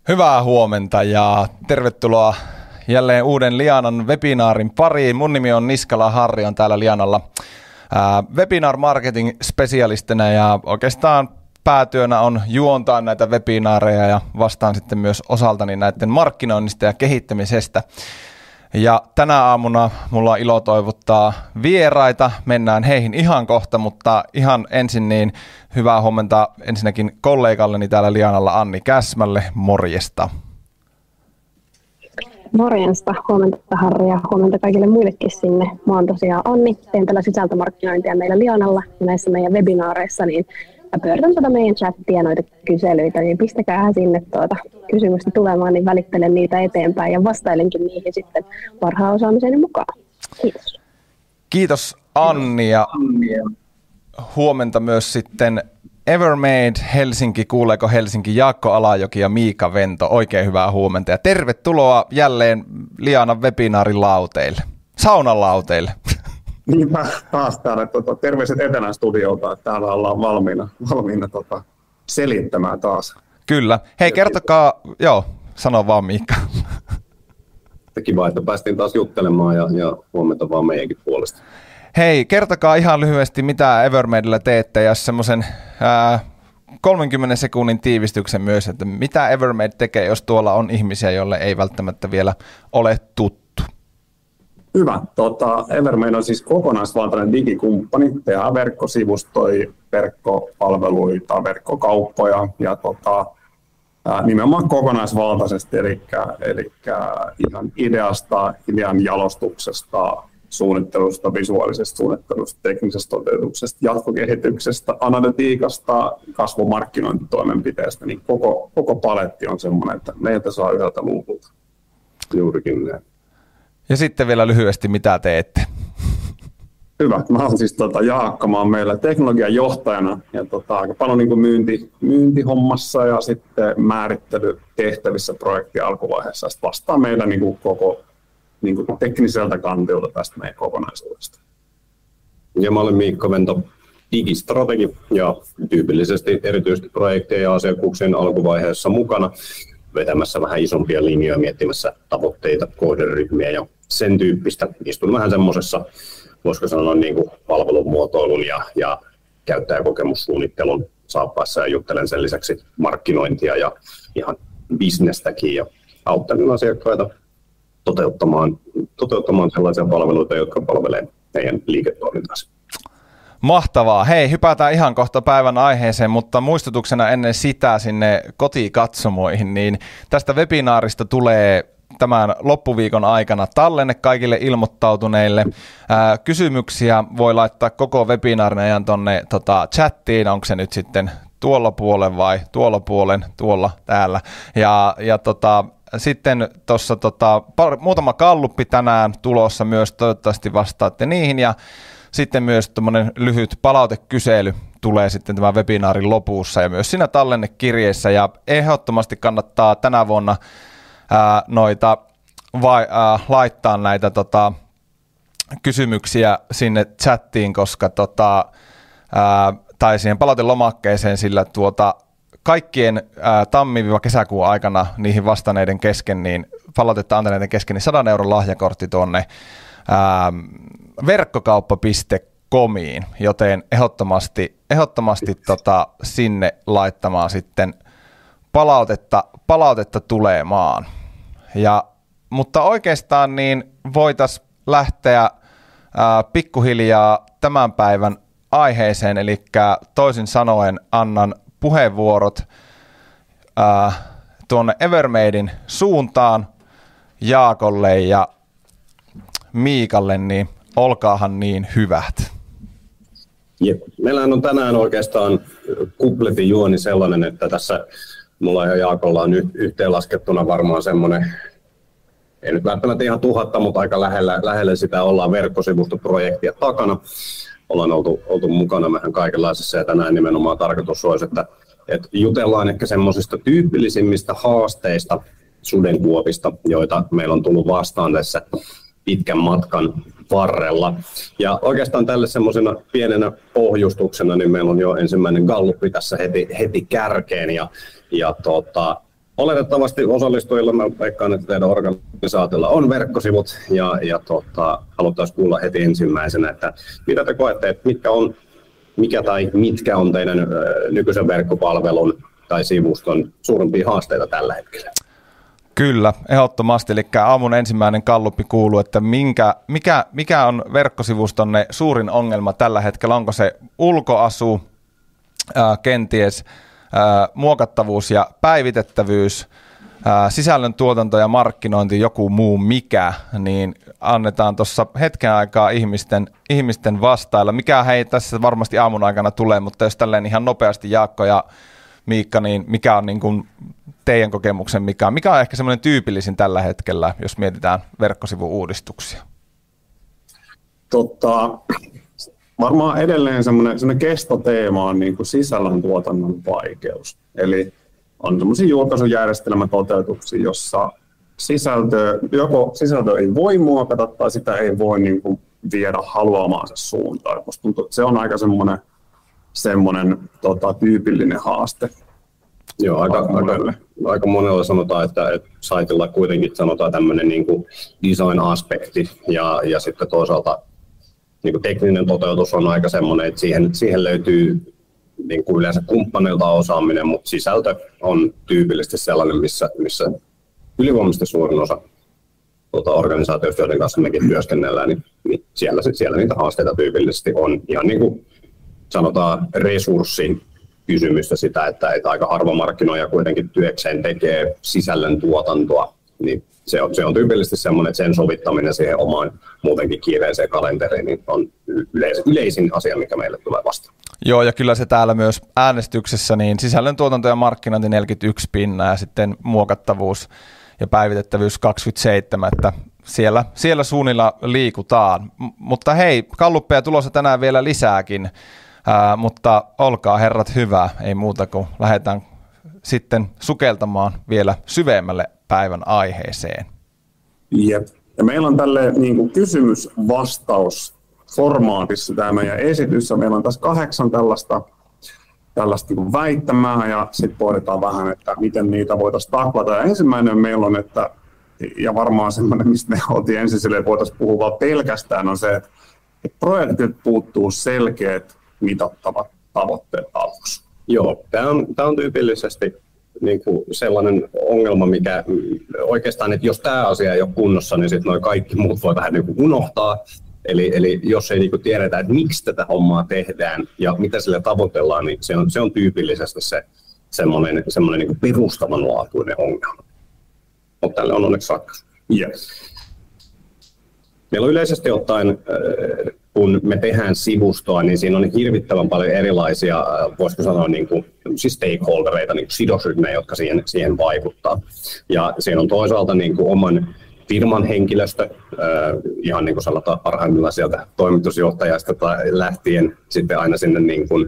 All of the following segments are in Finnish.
Hyvää huomenta ja tervetuloa jälleen uuden Lianan webinaarin pariin. Mun nimi on Niskala Harri, on täällä Lianalla webinar marketing specialistina ja oikeastaan päätyönä on juontaa näitä webinaareja ja vastaan sitten myös osaltani näiden markkinoinnista ja kehittämisestä. Ja tänä aamuna mulla on ilo toivottaa vieraita. Mennään heihin ihan kohta, mutta ihan ensin niin hyvää huomenta ensinnäkin kollegalleni täällä Lianalla Anni Käsmälle. Morjesta. Morjesta. Huomenta Harri ja huomenta kaikille muillekin sinne. Mä oon tosiaan Anni, teen tällä sisältömarkkinointia meillä Lianalla ja näissä meidän webinaareissa, niin mä pyöritän meidän chattia ja noita kyselyitä, niin pistäkää sinne kysymystä tulemaan, niin välittelen niitä eteenpäin ja vastailenkin niihin sitten parhaan osaamiseni mukaan. Kiitos. Kiitos Anni ja huomenta myös sitten Evermade Helsinki, kuuleeko Helsinki, Jaakko Alajoki ja Miika Vento. Oikein hyvää huomenta ja tervetuloa jälleen Lianan webinaarin lauteille, saunan lauteille. Niinpä taas täällä terveiset Etelän studiolta, että täällä ollaan valmiina selittämään taas. Kyllä. Hei, kertokaa, sano vaan Miikka. Kiva, että päästiin taas juttelemaan ja huomenta vaan meidänkin puolesta. Hei, kertokaa ihan lyhyesti, mitä Evermadella teette ja semmoisen 30 sekunnin tiivistyksen myös, että mitä Evermade tekee, jos tuolla on ihmisiä, joille ei välttämättä vielä ole tuttu. Hyvä. Evermade on siis kokonaisvaltainen digikumppani. Tehdään verkkosivustoja, verkkopalveluita, verkkokauppoja ja nimenomaan kokonaisvaltaisesti, eli ihan idean jalostuksesta, suunnittelusta, visuaalisesta suunnittelusta, teknisestä toteutuksesta, jatkokehityksestä, analytiikasta, kasvumarkkinointitoimenpiteestä, niin koko paletti on semmoinen, että meiltä saa yhdeltä luukulta. Juurikin näin. Ja sitten vielä lyhyesti, mitä teette? Hyvä. Mä olen siis Jaakko, mä olen meillä teknologian johtajana ja aika paljon niin kuin myyntihommassa ja sitten määrittelytehtävissä projektin alkuvaiheessa. Sitten vastaan meillä niin kuin koko niin kuin tekniseltä kantilta tästä meidän kokonaisuudesta. Ja mä olen Miikka Vento, digistrategi ja tyypillisesti erityisesti projekteja ja asiakkuuksien alkuvaiheessa mukana vetämässä vähän isompia linjoja, miettimässä tavoitteita, kohderyhmiä ja sen tyyppistä. Istun vähän semmoisessa, voisiko sanoa, niin kuin palvelumuotoilun ja käyttäjäkokemussuunnittelun saappaissa ja juttelen sen lisäksi markkinointia ja ihan bisnestäkin ja auttelen asiakkaita toteuttamaan sellaisia palveluita, jotka palvelevat meidän liiketoimintaansa. Mahtavaa. Hei, hypätään ihan kohta päivän aiheeseen, mutta muistutuksena ennen sitä sinne kotikatsomoihin, niin tästä webinaarista tulee tämän loppuviikon aikana tallenne kaikille ilmoittautuneille. Kysymyksiä voi laittaa koko webinaarin ajan tuonne chattiin, onko se nyt sitten tuolla puolen vai tuolla puolen, tuolla täällä. Sitten tuossa muutama galluppi tänään tulossa myös, toivottavasti vastaatte niihin ja sitten myös tuommoinen lyhyt palautekysely tulee sitten tämän webinaarin lopussa ja myös siinä tallennekirjeessä ja ehdottomasti kannattaa tänä vuonna laittaa näitä kysymyksiä sinne chattiin, koska tai siihen palautelomakkeeseen, sillä kaikkien tammi-kesäkuun aikana niihin vastanneiden kesken, niin palautetta antaneiden kesken, niin 100 € lahjakortti tuonne verkkokauppa.comiin, joten ehdottomasti sinne laittamaan sitten palautetta tulemaan. Mutta oikeastaan niin voitaisiin lähteä pikkuhiljaa tämän päivän aiheeseen, eli toisin sanoen annan puheenvuorot tuonne Evermaden suuntaan Jaakolle ja Miikalle, niin olkaahan niin hyvät. Jep. Meillähän on tänään oikeastaan kupletin juoni sellainen, että tässä mulla ja Jaakolla on yhteenlaskettuna varmaan semmoinen, ei nyt välttämättä ihan 1000, mutta aika lähellä sitä ollaan verkkosivustoprojektia takana. Ollaan oltu mukana vähän kaikenlaisessa ja tänään nimenomaan tarkoitus olisi, että jutellaan ehkä semmoisista tyypillisimmistä haasteista, sudenkuopista, joita meillä on tullut vastaan tässä pitkän matkan varrella. Ja oikeastaan tälle semmoisena pienenä pohjustuksena, niin meillä on jo ensimmäinen galluppi tässä heti kärkeen. Ja Oletettavasti osallistujilla, mä veikkaan, että teidän organisaatiolla on verkkosivut ja haluttaisiin kuulla heti ensimmäisenä, että mitä te koette, että mitkä on teidän nykyisen verkkopalvelun tai sivuston suurimpia haasteita tällä hetkellä? Kyllä, ehdottomasti. Eli aamun ensimmäinen galluppi kuuluu, että mikä on verkkosivustonne suurin ongelma tällä hetkellä? Onko se ulkoasu, kenties muokattavuus ja päivitettävyys, sisällön tuotanto ja markkinointi, joku muu mikä, niin annetaan tuossa hetken aikaa ihmisten vastailla. Mikä hei tässä varmasti aamun aikana tulee, mutta jos tälleen ihan nopeasti Jaakko ja Miikka, niin mikä on niin kuin teidän kokemuksen, mikä on ehkä semmoinen tyypillisin tällä hetkellä, jos mietitään verkkosivu-uudistuksia? Varmaan edelleen semmoinen kestoteema on niin kuin sisällöntuotannon vaikeus. Eli on semmoisia julkaisujärjestelmätoteutuksia, jossa joko sisältö ei voi muokata tai sitä ei voi niin kuin viedä haluamaansa suuntaan. Musta tuntuu, että se on aika semmoinen tyypillinen haaste. Joo, aika monella sanotaan, että saitilla kuitenkin sanotaan tämmöinen niin kuin design-aspekti ja sitten toisaalta niin kuin tekninen toteutus on aika semmoinen, että siihen löytyy niin kuin yleensä kumppaneilta osaaminen, mutta sisältö on tyypillisesti sellainen, missä ylivoimaisesti suurin osa organisaatioista, joiden kanssa mekin työskennellään, niin siellä niitä haasteita tyypillisesti on. Ihan niin kuin sanotaan resurssin kysymystä sitä, että aika harva markkinoija kuitenkin työkseen tekee sisällön tuotantoa, niin se on tyypillisesti semmoinen, että sen sovittaminen siihen omaan muutenkin kiireiseen kalenteriin niin on yleisin asia, mikä meille tulee vastaan. Joo, ja kyllä se täällä myös äänestyksessä, niin sisällön tuotanto ja markkinointi 41 pinnaa ja sitten muokattavuus ja päivitettävyys 27, että siellä suunnilla liikutaan. Mutta hei, galluppeja tulossa tänään vielä lisääkin, mutta olkaa herrat hyvä, ei muuta kuin lähdetään sitten sukeltamaan vielä syvemmälle päivän aiheeseen. Jep. Ja meillä on tälle niin kuin kysymys-vastaus-formaatissa tämä meidän esitys, ja meillä on tässä 8 tällaista niin kuin väittämää, ja sitten pohditaan vähän, että miten niitä voitaisiin taklata. Ja ensimmäinen meillä on, ja varmaan semmoinen, mistä me oltiin ensin silleen, voitaisiin puhua vaan pelkästään, on se, että projektit puuttuu selkeät mitattavat tavoitteet aluksi. Joo, tämä on tyypillisesti niin kuin sellainen ongelma, mikä oikeastaan, että jos tämä asia ei ole kunnossa, niin sitten nuo kaikki muut voi vähän niin kuin unohtaa. Eli jos ei niin kuin tiedetä, että miksi tätä hommaa tehdään ja mitä sillä tavoitellaan, niin se on tyypillisesti se semmoinen niin kuin perustavanlaatuinen ongelma. Mutta tälle on onneksi ratkaisu. Yes. Meillä on yleisesti ottaen, kun me tehdään sivustoa, niin siinä on hirvittävän paljon erilaisia, voisiko sanoa, niin kuin, siis stakeholdereita, niin kuin sidosryhmiä, jotka siihen vaikuttaa. Ja siinä on toisaalta niin kuin oman firman henkilöstö, ihan niin kuin sanotaan parhaimmillaan sieltä toimitusjohtajasta lähtien sitten aina sinne niin kuin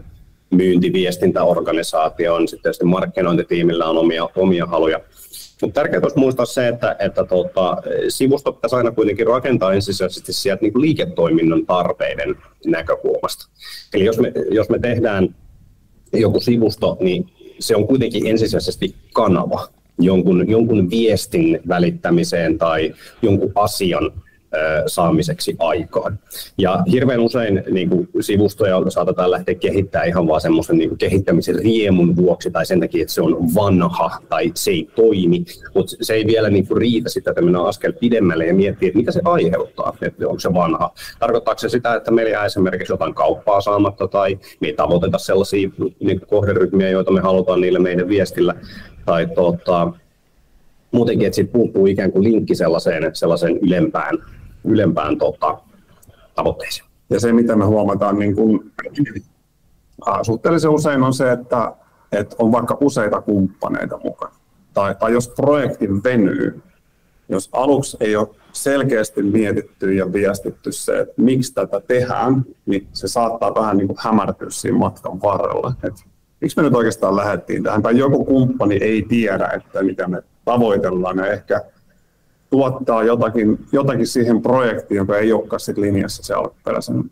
myyntiviestintäorganisaatioon, sitten tietysti markkinointitiimillä on omia haluja. Mutta tärkeää olisi muistaa se, että sivusto pitäisi aina kuitenkin rakentaa ensisijaisesti sieltä niin kuin liiketoiminnan tarpeiden näkökulmasta. Eli jos me tehdään joku sivusto, niin se on kuitenkin ensisijaisesti kanava jonkun viestin välittämiseen tai jonkun asian saamiseksi aikaan. Ja hirveän usein niin kuin sivustoja saatetaan lähteä kehittämään ihan vaan semmoisen niin kuin kehittämisen riemun vuoksi tai sen takia, että se on vanha tai se ei toimi, mutta se ei vielä niin kuin riitä sitä, että mennään askel pidemmälle ja miettiä, että mitä se aiheuttaa, että onko se vanha. Tarkoittaako se sitä, että meillä jää esimerkiksi jotain kauppaa saamatta tai me ei tavoiteta sellaisia niin kuin kohderyhmiä, joita me halutaan niille meidän viestillä tai muutenkin, että siitä puuttuu ikään kuin linkki sellaiseen ylempään tavoitteeseen. Ja se, mitä me huomataan niin kuin, suhteellisen usein on se, että on vaikka useita kumppaneita mukana. Tai jos projekti venyy, jos aluksi ei ole selkeästi mietitty ja viestitty se, että miksi tätä tehdään, niin se saattaa vähän niin kuin hämärtyä siinä matkan varrella. Että miksi me nyt oikeastaan lähdettiin tähän, tai joku kumppani ei tiedä, että mitä me tavoitellaan, ja ehkä tuottaa jotakin siihen projektiin, joka ei olekaan sit linjassa se alkuperäisen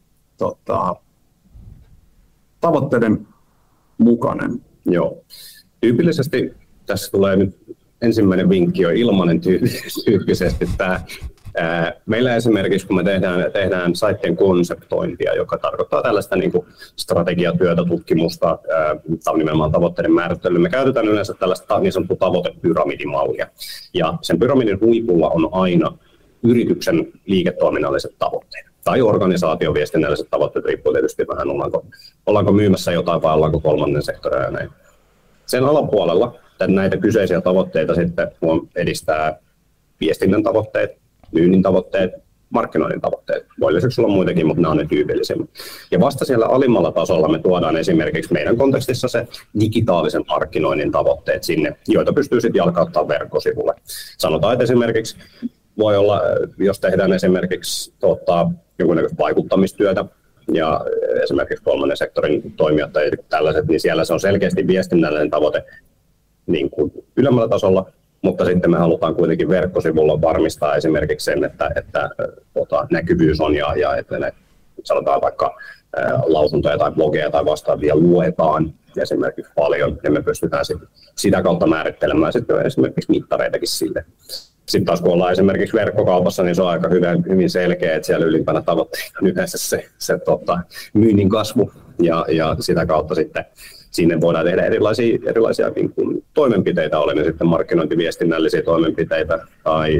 tavoitteiden mukainen. Joo. Tyypillisesti tässä tulee nyt ensimmäinen vinkki on ilmainen tyyppisesti tämä. Meillä esimerkiksi, kun me tehdään saittien konseptointia, joka tarkoittaa tällaista niin kuin strategiatyötä, tutkimusta tai nimenomaan tavoitteiden määrittelyä, me käytetään yleensä tällaista niin sanottua tavoitepyramidimallia. Ja sen pyramidin huipulla on aina yrityksen liiketoiminnalliset tavoitteet tai organisaation viestinnälliset tavoitteet, riippuu tietysti vähän, ollaanko myymässä jotain vai ollaanko kolmannen sektorin ja näin. Sen alapuolella näitä kyseisiä tavoitteita sitten edistää viestinnän tavoitteet, myynnin tavoitteet, markkinoinnin tavoitteet. Voi lisäksi olla muitakin, mutta nämä on ne tyypillisimmät. Ja vasta siellä alimmalla tasolla me tuodaan esimerkiksi meidän kontekstissa se digitaalisen markkinoinnin tavoitteet sinne, joita pystyy sitten jalkauttamaan verkkosivulle. Sanotaan, että esimerkiksi voi olla, jos tehdään esimerkiksi jonkunnäköistä vaikuttamistyötä, ja esimerkiksi kolmannen sektorin toimijat tai tällaiset, niin siellä se on selkeästi viestinnällinen tavoite niin kuin ylemmällä tasolla, mutta sitten me halutaan kuitenkin verkkosivulla varmistaa esimerkiksi sen, että näkyvyys on ja että ne, sanotaan vaikka lausuntoja tai blogeja tai vastaavia luetaan esimerkiksi paljon, ja me pystytään sitä kautta määrittelemään sitten esimerkiksi mittareitakin sille. Sitten taas kun ollaan esimerkiksi verkkokaupassa, niin se on aika hyvin selkeä, että siellä ylimpänä tavoitteena on yleensä se myynnin kasvu, ja sitä kautta sitten sinne voidaan tehdä erilaisia niin kuin toimenpiteitä, oli ne sitten markkinointiviestinnällisiä toimenpiteitä tai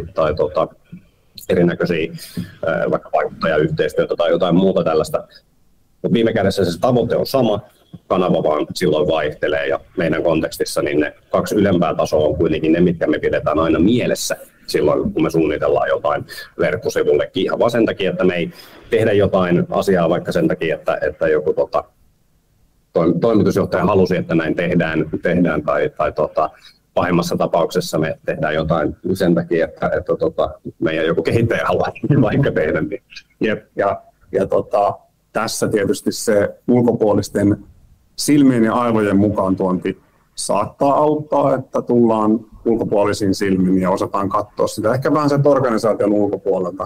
erinäköisiä vaikka vaikuttajayhteistyötä tai jotain muuta tällaista. Mutta viime kädessä se tavoite on sama, kanava vaan silloin vaihtelee, ja meidän kontekstissa niin ne 2 ylempää tasoa on kuitenkin ne, mitkä me pidetään aina mielessä silloin, kun me suunnitellaan jotain verkkosivullekin, ihan vaan sen takia, että me ei tehdä jotain asiaa vaikka sen takia, että joku toimitusjohtaja halusi, että näin tehdään tai pahimmassa tapauksessa me tehdään jotain sen takia, että meidän joku kehittäjä haluaa vaikka tehdä. Niin. Ja tässä tietysti se ulkopuolisten silmien ja aivojen mukaan tuonti saattaa auttaa, että tullaan ulkopuolisiin silmiin ja osataan katsoa sitä ehkä vähän sen organisaation ulkopuolelta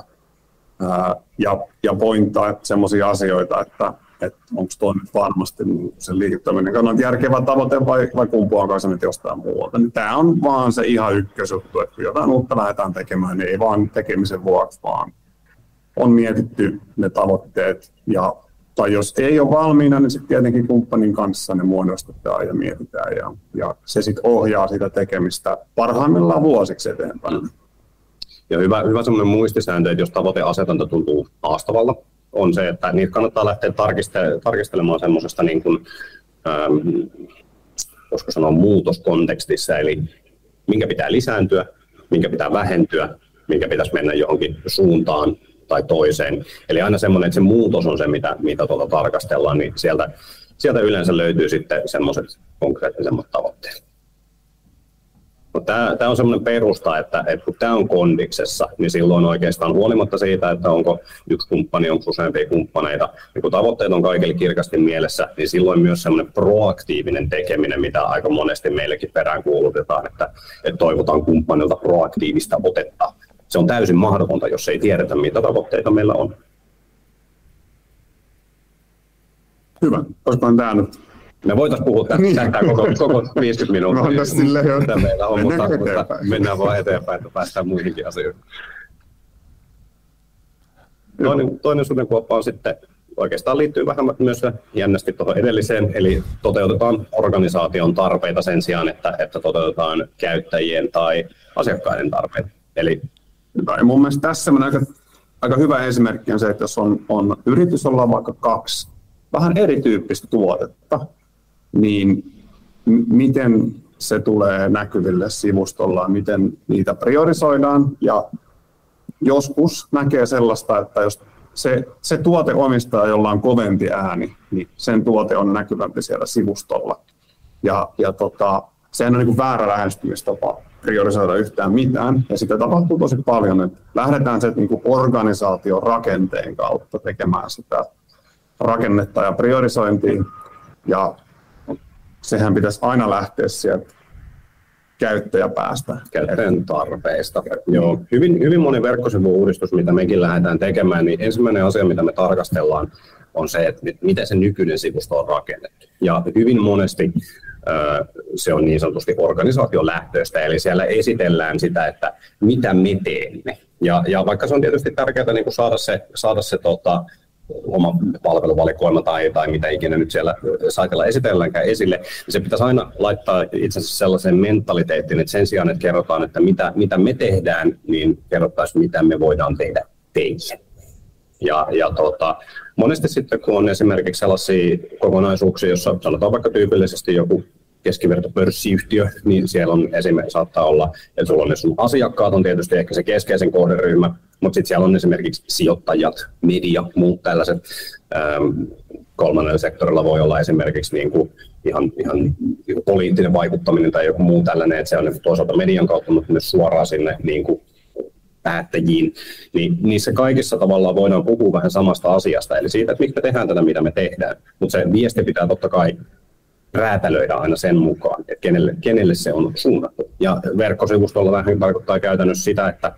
ja pointtaa semmoisia asioita, että onko tuo nyt varmasti sen liiketoiminnan kannalta järkevä tavoite vai kumpuaako se nyt jostain muualta. Niin tämä on vaan se ihan ykkösjuttu, että kun jotain uutta lähdetään tekemään, niin ei vaan tekemisen vuoksi, vaan on mietitty ne tavoitteet. Tai jos ei ole valmiina, niin sitten tietenkin kumppanin kanssa ne muodostetaan ja mietitään. Ja se sitten ohjaa sitä tekemistä parhaimmillaan vuosiksi eteenpäin. Ja hyvä semmoinen muistisääntö, että jos tavoiteasetanta tuntuu haastavalla, on se, että niitä kannattaa lähteä tarkistelemaan semmoisesta niin kuin, voisiko sanoa muutoskontekstissa, eli minkä pitää lisääntyä, minkä pitää vähentyä, minkä pitäisi mennä johonkin suuntaan tai toiseen. Eli aina semmoinen, että se muutos on se, mitä tarkastellaan, niin sieltä yleensä löytyy sitten semmoiset konkreettisemmat tavoitteet. Tämä on semmoinen perusta, että kun tämä on kondiksessa, niin silloin oikeastaan huolimatta siitä, että onko yksi kumppani, onko useampia kumppaneita, niin kun tavoitteet on kaikille kirkasti mielessä, niin silloin myös semmoinen proaktiivinen tekeminen, mitä aika monesti meillekin peräänkuulutetaan, että toivotaan kumppanilta proaktiivista otetta. Se on täysin mahdotonta, jos ei tiedetä, mitä tavoitteita meillä on. Hyvä. Olisikohan tämä nyt? Me voitaisiin puhua tästä koko 50 minuuttia, mitä meillä on, mutta mennään vaan eteenpäin, että päästään muihinkin asioihin. Toinen sudenkuoppa on sitten, oikeastaan liittyy vähän myös jännästi tuohon edelliseen, eli toteutetaan organisaation tarpeita sen sijaan, että toteutetaan käyttäjien tai asiakkaiden tarpeita. Eli ja mun mielestä tässä aika hyvä esimerkki on se, että jos on yritys, jolla on vaikka 2 vähän erityyppistä tuotetta, niin miten se tulee näkyville sivustolla, miten niitä priorisoidaan, ja joskus näkee sellaista, että jos se tuoteomistaja, jolla on kovempi ääni, niin sen tuote on näkyvämpi siellä sivustolla. Sehän on niin kuin väärä lähestymistapa priorisoida yhtään mitään, ja sitä tapahtuu tosi paljon, että lähdetään se niin kuin organisaation rakenteen kautta tekemään sitä rakennetta ja priorisointia, ja sehän pitäisi aina lähteä sieltä käyttäjäpäästä. Käyttäjän tarpeista. Joo. Hyvin moni verkkosivu-uudistus, mitä mekin lähdetään tekemään, niin ensimmäinen asia, mitä me tarkastellaan, on se, että miten se nykyinen sivusto on rakennettu. Ja hyvin monesti se on niin sanotusti organisaatiolähtöistä, eli siellä esitellään sitä, että mitä me teemme. Ja vaikka se on tietysti tärkeää niin kuin saada se oma palveluvalikoima tai mitä ikinä nyt siellä saitella esitelläänkään esille, niin se pitäisi aina laittaa itse asiassa sellaiseen mentaliteettiin, että sen sijaan, että kerrotaan, että mitä me tehdään, niin kerrottaisiin, mitä me voidaan tehdä teille. Ja monesti sitten, kun on esimerkiksi sellaisia kokonaisuuksia, jossa sanotaan vaikka tyypillisesti joku keskiverto pörssiyhtiö, niin siellä on esimerkiksi saattaa olla, että sulla on ne sun asiakkaat on tietysti ehkä se keskeisen kohderyhmä, mutta sitten siellä on esimerkiksi sijoittajat, media, muut tällaiset. Kolmannella sektorilla voi olla esimerkiksi niin kuin ihan poliittinen vaikuttaminen tai joku muu tällainen, että se on toisaalta median kautta, mutta myös suoraan sinne niin kuin päättäjiin, niin niissä kaikissa tavallaan voidaan puhua vähän samasta asiasta, eli siitä, että miksi me tehdään tätä, mitä me tehdään, mutta se viesti pitää totta kai räätälöidä aina sen mukaan, että kenelle se on suunnattu. Ja verkkosivustolla vähän tarkoittaa käytännössä sitä, että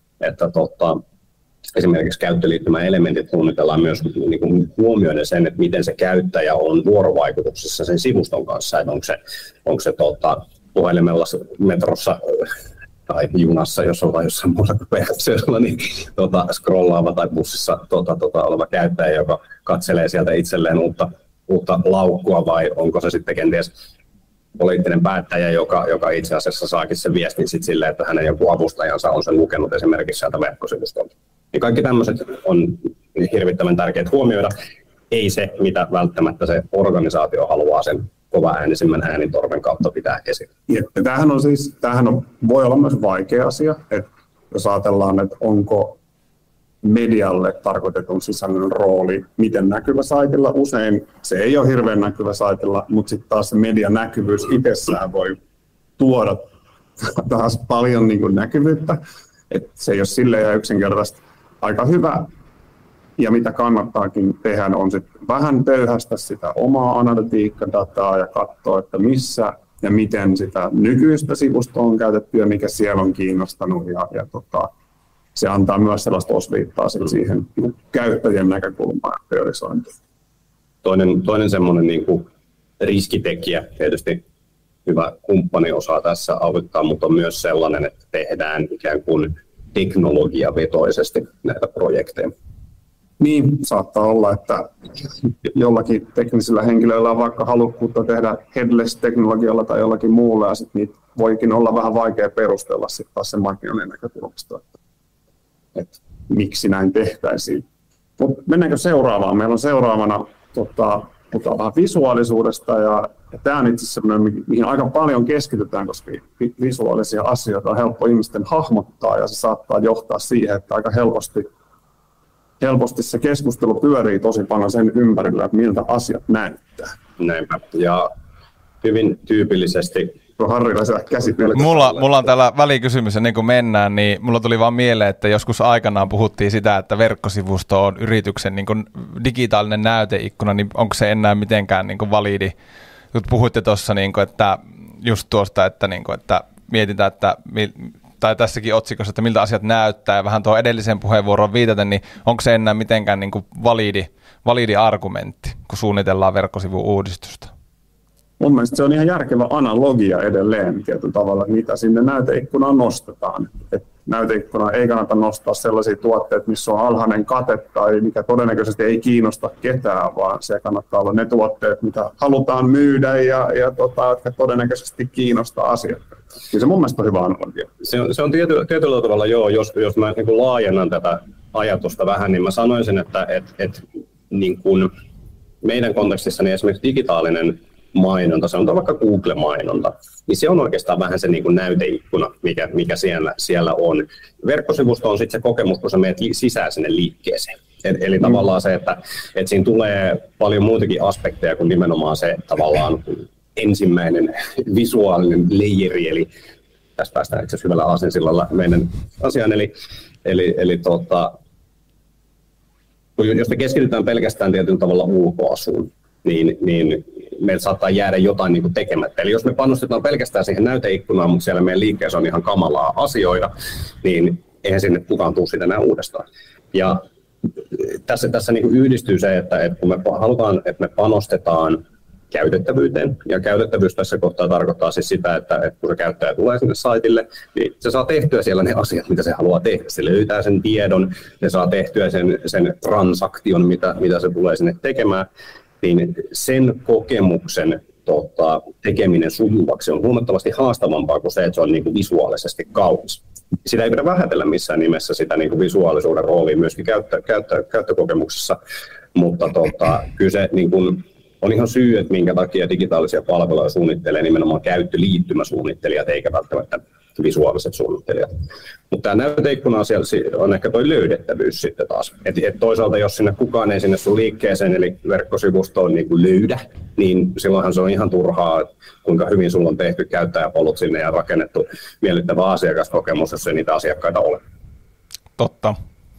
esimerkiksi käyttöliittymäelementit suunnitellaan myös niin kuin huomioiden sen, että miten se käyttäjä on vuorovaikutuksessa sen sivuston kanssa, että onko se puhelimella metrossa tai junassa, jos ollaan jossain muualla kuin verkkoseudella, niin scrollaava tai bussissa oleva käyttäjä, joka katselee sieltä itselleen uutta laukkua, vai onko se sitten kenties poliittinen päättäjä, joka itse asiassa saakin sen viestin sit silleen, että hänen joku avustajansa on sen lukenut esimerkiksi sieltä verkkosivustolta. Niin kaikki tämmöiset on hirvittävän tärkeät huomioida. Ei se, mitä välttämättä se organisaatio haluaa sen kovaäänisimmän äänitorven kautta pitää esillä. Tämähän voi olla myös vaikea asia, että jos ajatellaan, että onko medialle tarkoitetun sisällön rooli miten näkyvä saitilla. Usein se ei ole hirveän näkyvä saitilla, mutta sitten taas se median näkyvyys itsessään voi tuoda taas paljon niin kuin näkyvyyttä. Et se ei ole silleen ihan yksinkertaisesti aika hyvä. Ja mitä kannattaakin tehdä on sitten vähän pöyhästä sitä omaa analytiikkadataa ja katsoa, että missä ja miten sitä nykyistä sivustoa on käytetty ja mikä siellä on kiinnostanut se antaa myös sellaista osviittaa siihen käyttäjien näkökulmaan priorisointiin. Toinen semmoinen niin kuin riskitekijä, tietysti hyvä kumppani osaa tässä auttaa, mutta on myös sellainen, että tehdään ikään kuin teknologiavetoisesti näitä projekteja. Niin, saattaa olla, että jollakin teknisillä henkilöillä on vaikka halukkuutta tehdä headless-teknologialla tai jollakin muulla, ja sitten niitä voikin olla vähän vaikea perustella sitten taas sen markkinoinnin näkökulmasta, että miksi näin tehtäisiin. Mutta mennäänkö seuraavaan? Meillä on seuraavana puhutaan vähän visuaalisuudesta, ja tämä on itse asiassa sellainen, mihin aika paljon keskitytään, koska visuaalisia asioita on helppo ihmisten hahmottaa, ja se saattaa johtaa siihen, että aika helposti se keskustelu pyörii tosi paljon sen ympärillä, että miltä asiat näyttää. Näinpä, ja hyvin tyypillisesti Mulla on täällä välikysymys, ennen kuin mennään, niin mulla tuli vaan mieleen, että joskus aikanaan puhuttiin sitä, että verkkosivusto on yrityksen niin kuin digitaalinen näyteikkuna, niin onko se enää mitenkään niin kuin validi? Puhuitte tuossa, niin että just tuosta, että, niin kuin, että mietitään, että tai tässäkin otsikossa, että miltä asiat näyttää, ja vähän tuohon edelliseen puheenvuoroon viitaten, niin onko se enää mitenkään niin kuin validi argumentti, kun suunnitellaan verkkosivu-uudistusta? Mun mielestä se on ihan järkevä analogia edelleen tietyllä tavalla, mitä sinne näyteikkunaan nostetaan. Et näyteikkunaan ei kannata nostaa sellaisia tuotteita, missä on alhainen kate tai mikä todennäköisesti ei kiinnosta ketään, vaan se kannattaa olla ne tuotteet, mitä halutaan myydä ja jotka todennäköisesti kiinnostaa asiakkaita. Ja se mun mielestä on hyvä analogia. Se on tietyllä tavalla joo, jos mä niin kuin laajennan tätä ajatusta vähän, niin mä sanoisin, että niin kuin meidän kontekstissa niin esimerkiksi digitaalinen mainonta, sanotaan vaikka Google-mainonta, niin se on oikeastaan vähän se niin kuin näyteikkuna, mikä siellä on. Verkkosivusto on sitten se kokemus, kun sä menet sisään sinne liikkeeseen. Eli tavallaan se, että siinä tulee paljon muutakin aspekteja kuin nimenomaan se tavallaan ensimmäinen visuaalinen leijeri, eli tässä päästään itse asiassa hyvällä aasinsillalla meidän asiaan, eli jos me keskitytään pelkästään tietyllä tavalla ulkoasuun, niin meillä saattaa jäädä jotain niin kuin tekemättä. Eli jos me panostetaan pelkästään siihen näyteikkunaan, mutta siellä meidän liikkeessä on ihan kamalaa asioita, niin eihän sinne kukaan tule sitä enää uudestaan. Ja tässä niin kuin yhdistyy se, että kun me halutaan, että me panostetaan käytettävyyteen. Ja käytettävyys tässä kohtaa tarkoittaa siis sitä, että kun se käyttäjä tulee sinne saitille, niin se saa tehtyä siellä ne asiat, mitä se haluaa tehdä. Se löytää sen tiedon, se saa tehtyä sen transaktion, mitä se tulee sinne tekemään. Niin sen kokemuksen tekeminen sujuvaksi on huomattavasti haastavampaa kuin se, että se on niin kuin visuaalisesti kaunis. Sitä ei pidä vähätellä missään nimessä sitä niin kuin visuaalisuuden roolia myöskin käyttökokemuksessa, mutta kyllä se niin kuin on ihan syy, että minkä takia digitaalisia palveluja suunnittelee nimenomaan käyttöliittymäsuunnittelijat eikä välttämättä visuaaliset suunnittelijat. Mutta tämä näyteikkuna-asia on ehkä tuo löydettävyys sitten taas. Et toisaalta jos sinne kukaan ei sinne sun liikkeeseen eli verkkosivustoon niin kuin löydä, niin silloinhan se on ihan turhaa, kuinka hyvin sulla on tehty käyttäjäpolut sinne ja rakennettu miellyttävä asiakaskokemus, jos ei niitä asiakkaita ole. Totta.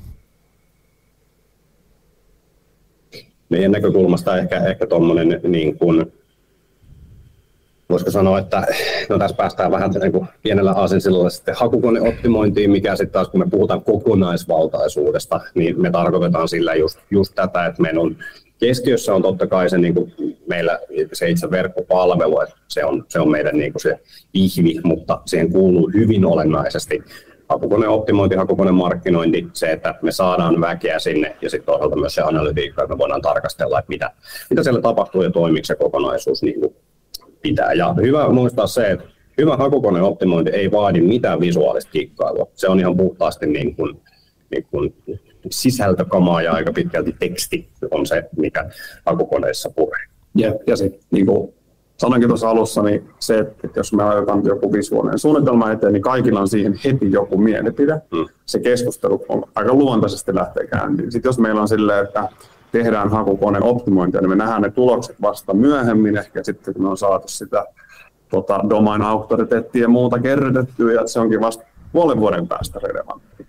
Meidän näkökulmasta ehkä tuommoinen, niin kuin, voisiko sanoa, että no tässä päästään vähän niin kuin pienellä aasinsillalla sitten hakukoneoptimointiin, mikä sitten taas kun me puhutaan kokonaisvaltaisuudesta, niin me tarkoitetaan sillä just tätä, että meillä on keskiössä on totta kai se, niin kuin meillä se itse verkkopalvelu, että se on meidän niin kuin se ihmi, mutta siihen kuuluu hyvin olennaisesti hakukoneoptimointi, hakukonemarkkinointi, se, että me saadaan väkeä sinne ja sitten toisaalta myös se analytiikka, että me voidaan tarkastella, että mitä siellä tapahtuu ja toimiiko se kokonaisuus niin kuin pitää. Ja hyvä muistaa se, että hyvä hakukoneoptimointi ei vaadi mitään visuaalista kikkailua. Se on ihan puhtaasti niin kuin sisältökamaa ja aika pitkälti teksti on se, mikä hakukoneissa puree. Ja sitten niin kuin sanoinkin tuossa alussa, niin se, että jos me ajetaan joku visuaalinen suunnitelma eteen, niin kaikilla on siihen heti joku mielipide. Se keskustelu on aika luontaisesti lähtee käyntiin. Sitten jos meillä on silleen, että tehdään hakukoneen optimointia, niin me nähdään ne tulokset vasta myöhemmin, ehkä sitten kun me on saatu sitä domain-auktoriteettia ja muuta kerrytettyä, ja se onkin vasta puolen vuoden päästä relevantti.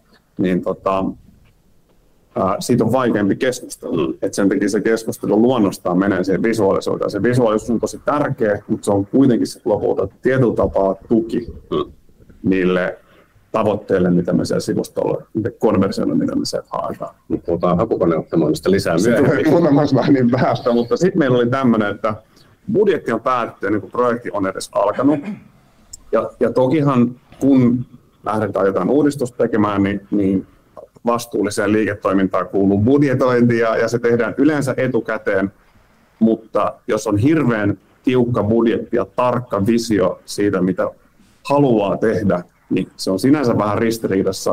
Siitä on vaikeampi keskustelu. Et sen takia se keskustelu luonnostaan menee siihen visuaalisuuteen. Se visuaalisuus on tosi tärkeä, mutta se on kuitenkin se lopulta tietyllä tapaa tuki niille tavoitteille, mitä me siellä sivustolla, niille konversioille, mitä me sieltä haetaan. Nyt puhutaan hakukoneoptimoinnista lisää myöhemmin. Se tulee vähän niin vähästä, mutta sitten meillä oli tämmöinen, että budjetti on päätetty ennen kuin projekti on edes alkanut. Ja tokihan kun lähdetään jotain uudistusta tekemään, niin vastuulliseen liiketoimintaan kuuluu budjetointi ja se tehdään yleensä etukäteen, mutta jos on hirveän tiukka budjetti ja tarkka visio siitä, mitä haluaa tehdä, niin se on sinänsä vähän ristiriidassa,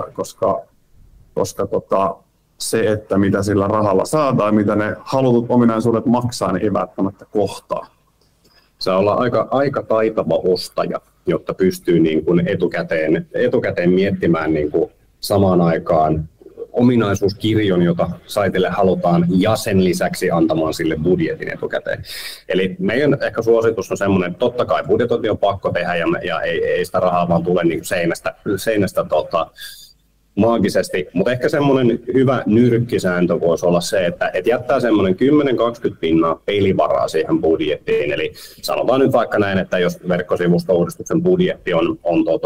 koska se, että mitä sillä rahalla saa tai mitä ne halutut ominaisuudet maksaa, niin ei välttämättä kohtaa. Saa olla aika taitava ostaja, jotta pystyy niin kuin etukäteen miettimään niin kuin samaan aikaan ominaisuuskirjon, jota saitille halutaan, ja sen lisäksi antamaan sille budjetin etukäteen. Eli meidän ehkä suositus on semmoinen, että totta kai budjetointi on pakko tehdä, ja ei sitä rahaa vaan tule niin seinästä maagisesti, mutta ehkä semmoinen hyvä nyrkkisääntö voisi olla se, että jättää semmoinen 10-20% pelivaraa siihen budjettiin. Eli sanotaan nyt vaikka näin, että jos verkkosivustouudistuksen budjetti on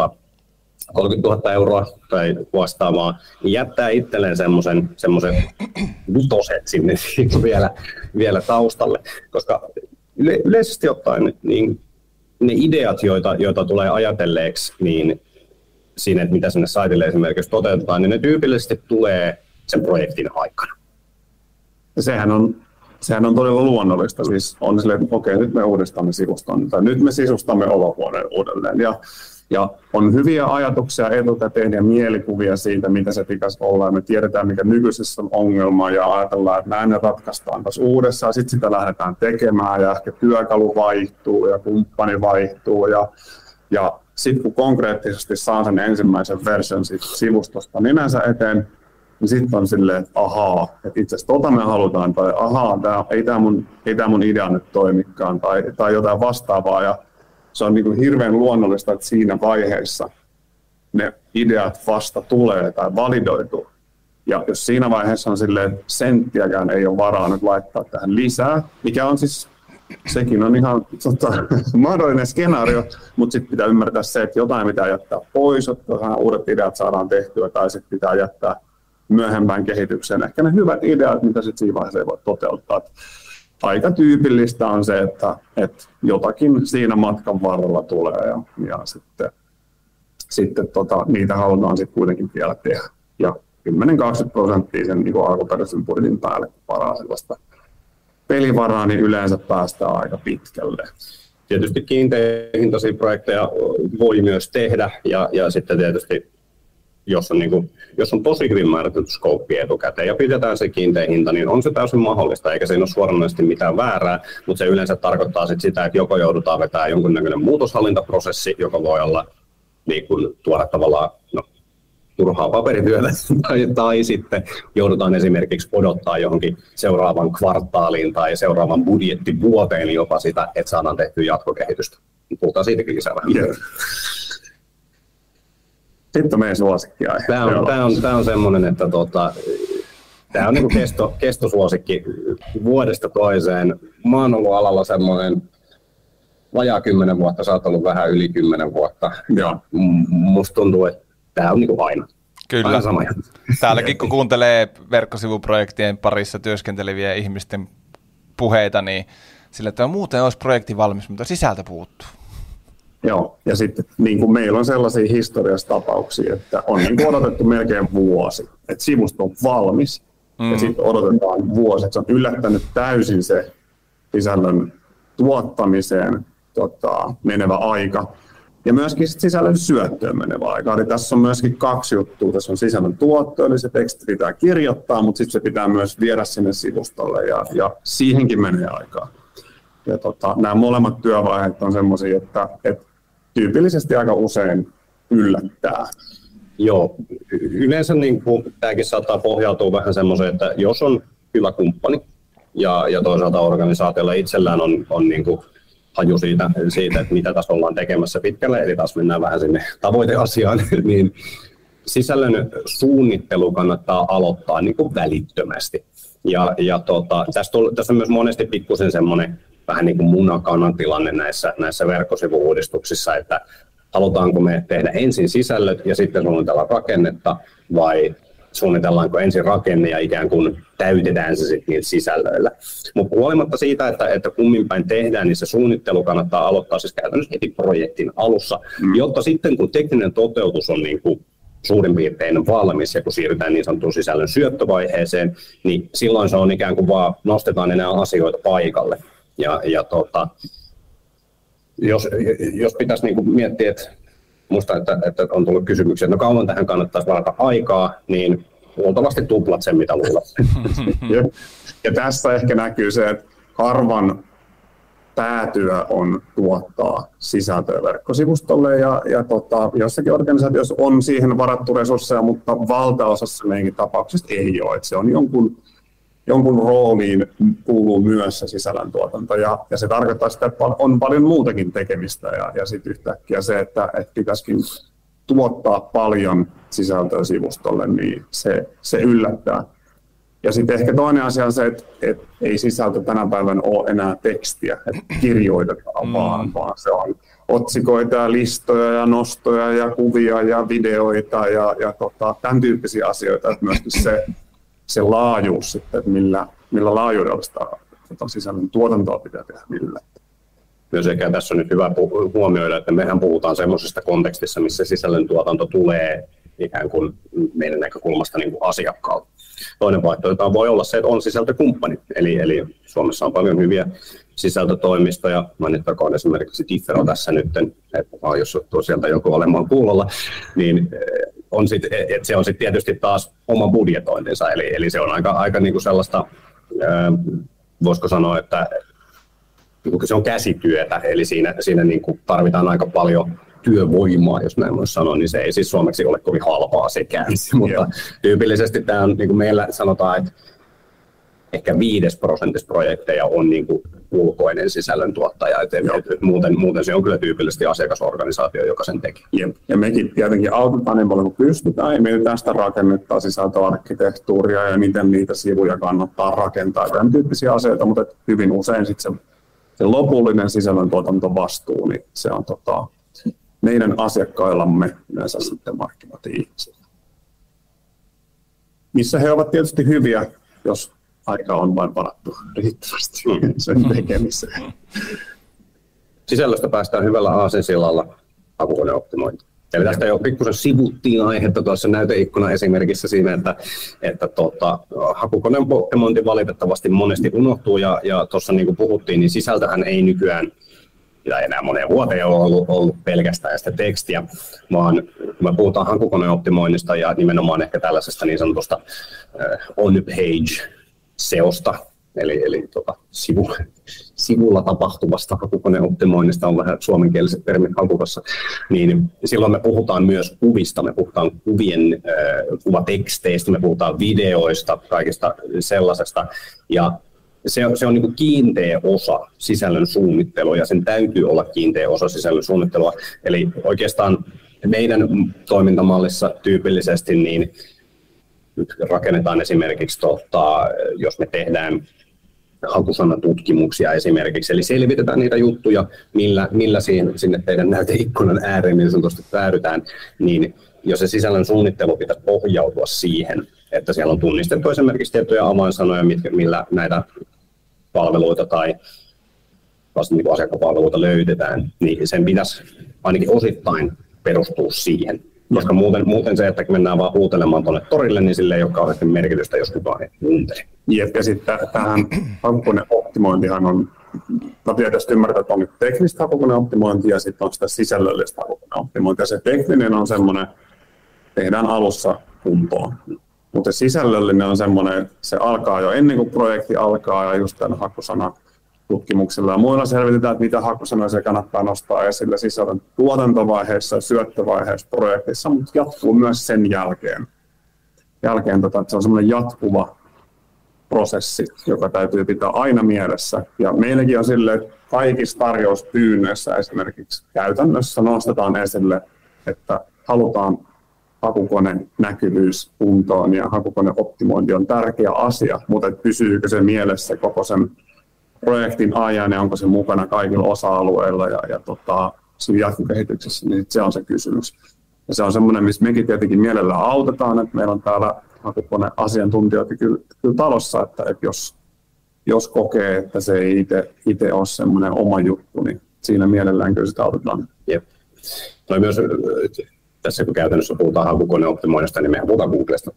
30 000 euroa tai vastaavaa, niin jättää itselleen semmoisen vitoset sinne vielä taustalle, koska yleisesti ottaen niin ne ideat, joita tulee ajatelleeksi, niin siinä, että mitä sinne saitille esimerkiksi toteutetaan, niin ne tyypillisesti tulee sen projektin aikana. Sehän on todella luonnollista. Siis on silleen, että okei, nyt me uudistamme sivuston, tai nyt me sisustamme olohuoneen uudelleen. Ja on hyviä ajatuksia etukäteen ja mielikuvia siitä, mitä se pitäisi olla. Ja me tiedetään, mikä nykyisessä on ongelma, ja ajatellaan, että näin ne ratkaistaan taas uudessa. Ja sitten sitä lähdetään tekemään, ja ehkä työkalu vaihtuu, ja kumppani vaihtuu. Ja sitten kun konkreettisesti saa sen ensimmäisen version siitä sivustosta nimensä eteen, niin sitten on silleen, että ahaa, että itse asiassa me halutaan, tai ahaa, ei tämä mun idea nyt toimikaan, tai jotain vastaavaa. Ja se on niin kuin hirveän luonnollista, että siinä vaiheessa ne ideat vasta tulee tai validoituu. Ja jos siinä vaiheessa on silleen, että senttiäkään ei ole varaa nyt laittaa tähän lisää, mikä on siis, sekin on ihan mahdollinen skenaario, mutta sitten pitää ymmärtää se, että jotain pitää jättää pois, että uudet ideat saadaan tehtyä, tai sitten pitää jättää myöhempään kehitykseen ehkä ne hyvät ideat, mitä sitten siinä vaiheessa ei voi toteuttaa. aika tyypillistä on se, että jotakin siinä matkan varrella tulee ja sitten niitä halutaan sitten kuitenkin vielä tehdä. Ja 10-20% sen niin alkuperäisen budjetin päälle, kun paraa sellaista pelivaraa, niin yleensä päästään aika pitkälle. Tietysti kiinteähintaisia projekteja voi myös tehdä ja sitten tietysti jos on tosi hyvin määritelty skouppi etukäteen ja pidetään se kiinteä hinta, niin on se täysin mahdollista, eikä siinä ole suoranaisesti mitään väärää, mutta se yleensä tarkoittaa sitä, että joko joudutaan vetämään jonkinnäköinen muutoshallintaprosessi, joka voi olla niin kuin tuoda tavallaan turhaa paperityötä, tai sitten joudutaan esimerkiksi odottaa johonkin seuraavan kvartaaliin tai seuraavan budjettivuoteen jopa sitä, että saadaan tehtyä jatkokehitystä. Puhutaan siitäkin lisää vähän. Yeah. Sitten meidän suosikkiaihe. Tämä on semmoinen, että tämä on niin kestosuosikki vuodesta toiseen. Mä oon ollut alalla semmoinen vajaa 10 vuotta, sä oot ollut vähän yli 10 vuotta. Ja musta tuntuu, että tämä on niin kuin aina. Kyllä. Täälläkin kun kuuntelee verkkosivuprojektien parissa työskenteleviä ihmisten puheita, niin sillä, että muuten olisi projekti valmis, mutta sisältö puuttuu. Joo, ja sitten niin kuin meillä on sellaisia historiassa tapauksia, että on niin odotettu melkein vuosi, että sivusto on valmis, ja sitten odotetaan vuosi, että se on yllättänyt täysin se sisällön tuottamiseen menevä aika, ja myöskin sisällön syöttöön menevä aika. Eli tässä on myöskin 2 juttua. Tässä on sisällön tuotto, eli se teksti pitää kirjoittaa, mutta sitten se pitää myös viedä sinne sivustolle, ja siihenkin menee aikaa. Ja nämä molemmat työvaiheet on semmoisia, että tyypillisesti aika usein yllättää. Joo, yleensä niin kuin, tämäkin saattaa pohjautua vähän semmoiseen, että jos on hyvä kumppani ja toisaalta organisaatiolla itsellään on niin kuin haju siitä, että mitä tässä ollaan tekemässä pitkälle, eli taas mennään vähän sinne tavoiteasiaan, niin sisällön suunnittelu kannattaa aloittaa niin kuin välittömästi. Tässä on myös monesti pikkusen semmoinen vähän niin kuin munakanan tilanne näissä verkkosivu-uudistuksissa, että halutaanko me tehdä ensin sisällöt ja sitten suunnitella rakennetta, vai suunnitellaanko ensin rakenne ja ikään kuin täytetään se sitten niillä sisällöillä. Mutta huolimatta siitä, että kummin päin tehdään, niin se suunnittelu kannattaa aloittaa siis käytännössä heti projektin alussa, jotta sitten kun tekninen toteutus on niin kuin suurin piirtein valmis ja kun siirrytään niin sanottuun sisällön syöttövaiheeseen, niin silloin se on ikään kuin vaan nostetaan enää asioita paikalle. Jos pitäisi niin kuin miettiä, että musta, että on tullut kysymyksiä, että no kauan tähän kannattaisi varata aikaa, niin luultavasti tuplat sen, mitä luulet. Ja tässä ehkä näkyy se, että harvan päätyö on tuottaa sisältöä verkkosivustolle ja jossakin organisaatiossa on siihen varattu resursseja, mutta valtaosassa meidänkin tapauksista ei ole. Että se on jonkun rooliin kuuluu myös se sisällöntuotanto ja se tarkoittaa sitä, että on paljon muutakin tekemistä ja sitten yhtäkkiä se, että pitäisikin tuottaa paljon sisältöä sivustolle, niin se yllättää. Ja sitten ehkä toinen asia on se, että ei sisältö tänä päivänä ole enää tekstiä, että kirjoitetaan vaan se on otsikoita ja listoja ja nostoja ja kuvia ja videoita ja tämän tyyppisiä asioita, että myöskin se laajuus sitten, että millä laajuudella sitä sisällön tuotantoa pitää tehdä millä. Myös ehkä tässä on nyt hyvä huomioida, että mehän puhutaan semmoisesta kontekstissa, missä sisällön tuotanto tulee ikään kuin meidän näkökulmasta niin kuin asiakkaalta. Toinen vaihtoehto voi olla se, että on sisältökumppani. Eli Suomessa on paljon hyviä sisältötoimistoja. Mainittakoon esimerkiksi Differo tässä nyt, että jos sattuu sieltä joku olemaan kuulolla, niin se on sitten tietysti taas oma budjetointinsa. Eli se on aika niin kuin sellaista, voisiko sanoa, että se on käsityötä, eli siinä niin kuin tarvitaan aika paljon työvoimaa, jos näin voisi sanoa, niin se ei siis suomeksi ole kovin halpaa sekään. Mutta tyypillisesti tämä on, niin kuin meillä sanotaan, että ehkä 5% projekteja on niin kuin ulkoinen sisällöntuottaja. Muuten se on kyllä tyypillisesti asiakasorganisaatio, joka sen tekee. Ja mekin tietenkin autetaan niin paljon kuin pystytään. Ja meidän tästä rakennettaa sisältöarkkitehtuuria ja miten niitä sivuja kannattaa rakentaa. Tämän tyyppisiä asioita, mutta hyvin usein sitten se lopullinen sisällöntuotantovastuu, niin se on meidän asiakkaillamme yleensä sitten markkinointi-ihmisillä. Missä he ovat tietysti hyviä, jos aika on vain varattu riittävästi sen tekemiseen. Sisällöstä päästään hyvällä aasinsillalla hakukoneoptimointiin. Eli tästä jo pikkusen sivuttiin aihetta tuossa näyteikkuna esimerkissä siinä, että hakukoneen optimointi valitettavasti monesti unohtuu ja tuossa niin kuin puhuttiin, niin sisältöhän ei nykyään ja enää moneen vuoteen ole ollut pelkästään sitä tekstiä, vaan kun me puhutaan hakukoneoptimoinnista ja nimenomaan ehkä tällaisesta niin sanotusta on-page-seosta, eli sivulla tapahtuvasta hakukoneoptimoinnista on vähän suomenkieliset termit hakukossa, niin silloin me puhutaan myös kuvista, me puhutaan kuvateksteistä, me puhutaan videoista, kaikista sellaisesta, ja se on niin kuin kiinteä osa sisällön suunnittelua, ja sen täytyy olla kiinteä osa sisällön suunnittelua. Eli oikeastaan meidän toimintamallissa tyypillisesti niin rakennetaan esimerkiksi, jos me tehdään hakusanatutkimuksia esimerkiksi, eli selvitetään niitä juttuja, millä sinne teidän näyteikkunan ääreen niin sanotusti päädytään, niin jos se sisällön suunnittelu pitäisi pohjautua siihen, että siellä on tunnistettu esimerkiksi tiettyjä avainsanoja, millä näitä palveluita tai niin asiakaspalveluita löydetään, niin sen pitäisi ainakin osittain perustua siihen. Koska muuten se, että mennään vaan huutelemaan tuonne torille, niin sille ei ole kauheasti merkitystä, jos kukaan ei kuuntele. Ja sitten tähän hakukoneoptimointihan on, tietysti ymmärtää, että on nyt teknistä hakukoneoptimointia ja sitten on sitä sisällöllistä hakukoneoptimointia. Se tekninen on semmoinen, tehdään alussa kuntoon. Mutta sisällöllinen on semmoinen, se alkaa jo ennen kuin projekti alkaa ja just tämän hakusanatutkimuksilla ja muilla selvitetään, että mitä hakusanoja se kannattaa nostaa esille sisällön tuotantovaiheessa ja syöttövaiheessa projektissa, mutta jatkuu myös sen jälkeen. Se on semmoinen jatkuva prosessi, joka täytyy pitää aina mielessä. Ja meilläkin on silleen, että kaikissa tarjouspyynnöissä esimerkiksi käytännössä nostetaan esille, että halutaan hakukoneen näkyvyys kuntoon ja hakukoneoptimointi on tärkeä asia, mutta pysyykö se mielessä koko sen projektin ajan ja onko se mukana kaikilla osa-alueilla ja siinä jatkokehityksessä, niin se on se kysymys. Ja se on semmoinen, missä mekin tietenkin mielellään autetaan, että meillä on täällä hakukoneasiantuntijoita kyllä talossa, että jos kokee, että se ei itse ole semmoinen oma juttu, niin siinä mielellään kyllä sitä autetaan. Jep. No myös tässä kun käytännössä puhutaan hakukoneoptimoinnista, niin mehän puhutaan Googlesta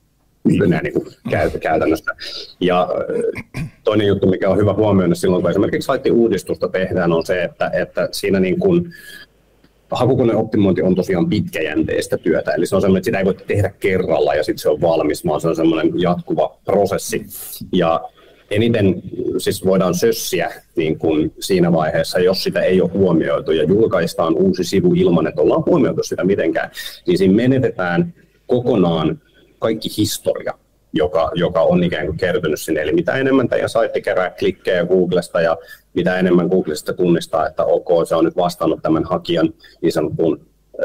käytännössä. Ja toinen juttu, mikä on hyvä huomioida silloin, kun esimerkiksi saitti-uudistusta tehdään, on se, että siinä niin kuin hakukoneoptimointi on tosiaan pitkäjänteistä työtä, eli se on sellainen, että sitä ei voi tehdä kerralla ja sitten se on valmis, vaan se on sellainen jatkuva prosessi. Ja eniten siis voidaan sössiä niin kuin siinä vaiheessa, jos sitä ei ole huomioitu ja julkaistaan uusi sivu ilman, että ollaan huomioitu sitä mitenkään, niin siinä menetetään kokonaan kaikki historia, joka on ikään kuin kertynyt sinne. Eli mitä enemmän teidän saitti kerää klikkejä Googlesta ja mitä enemmän Googlesta tunnistaa, että ok, se on nyt vastannut tämän hakijan niin sanottuun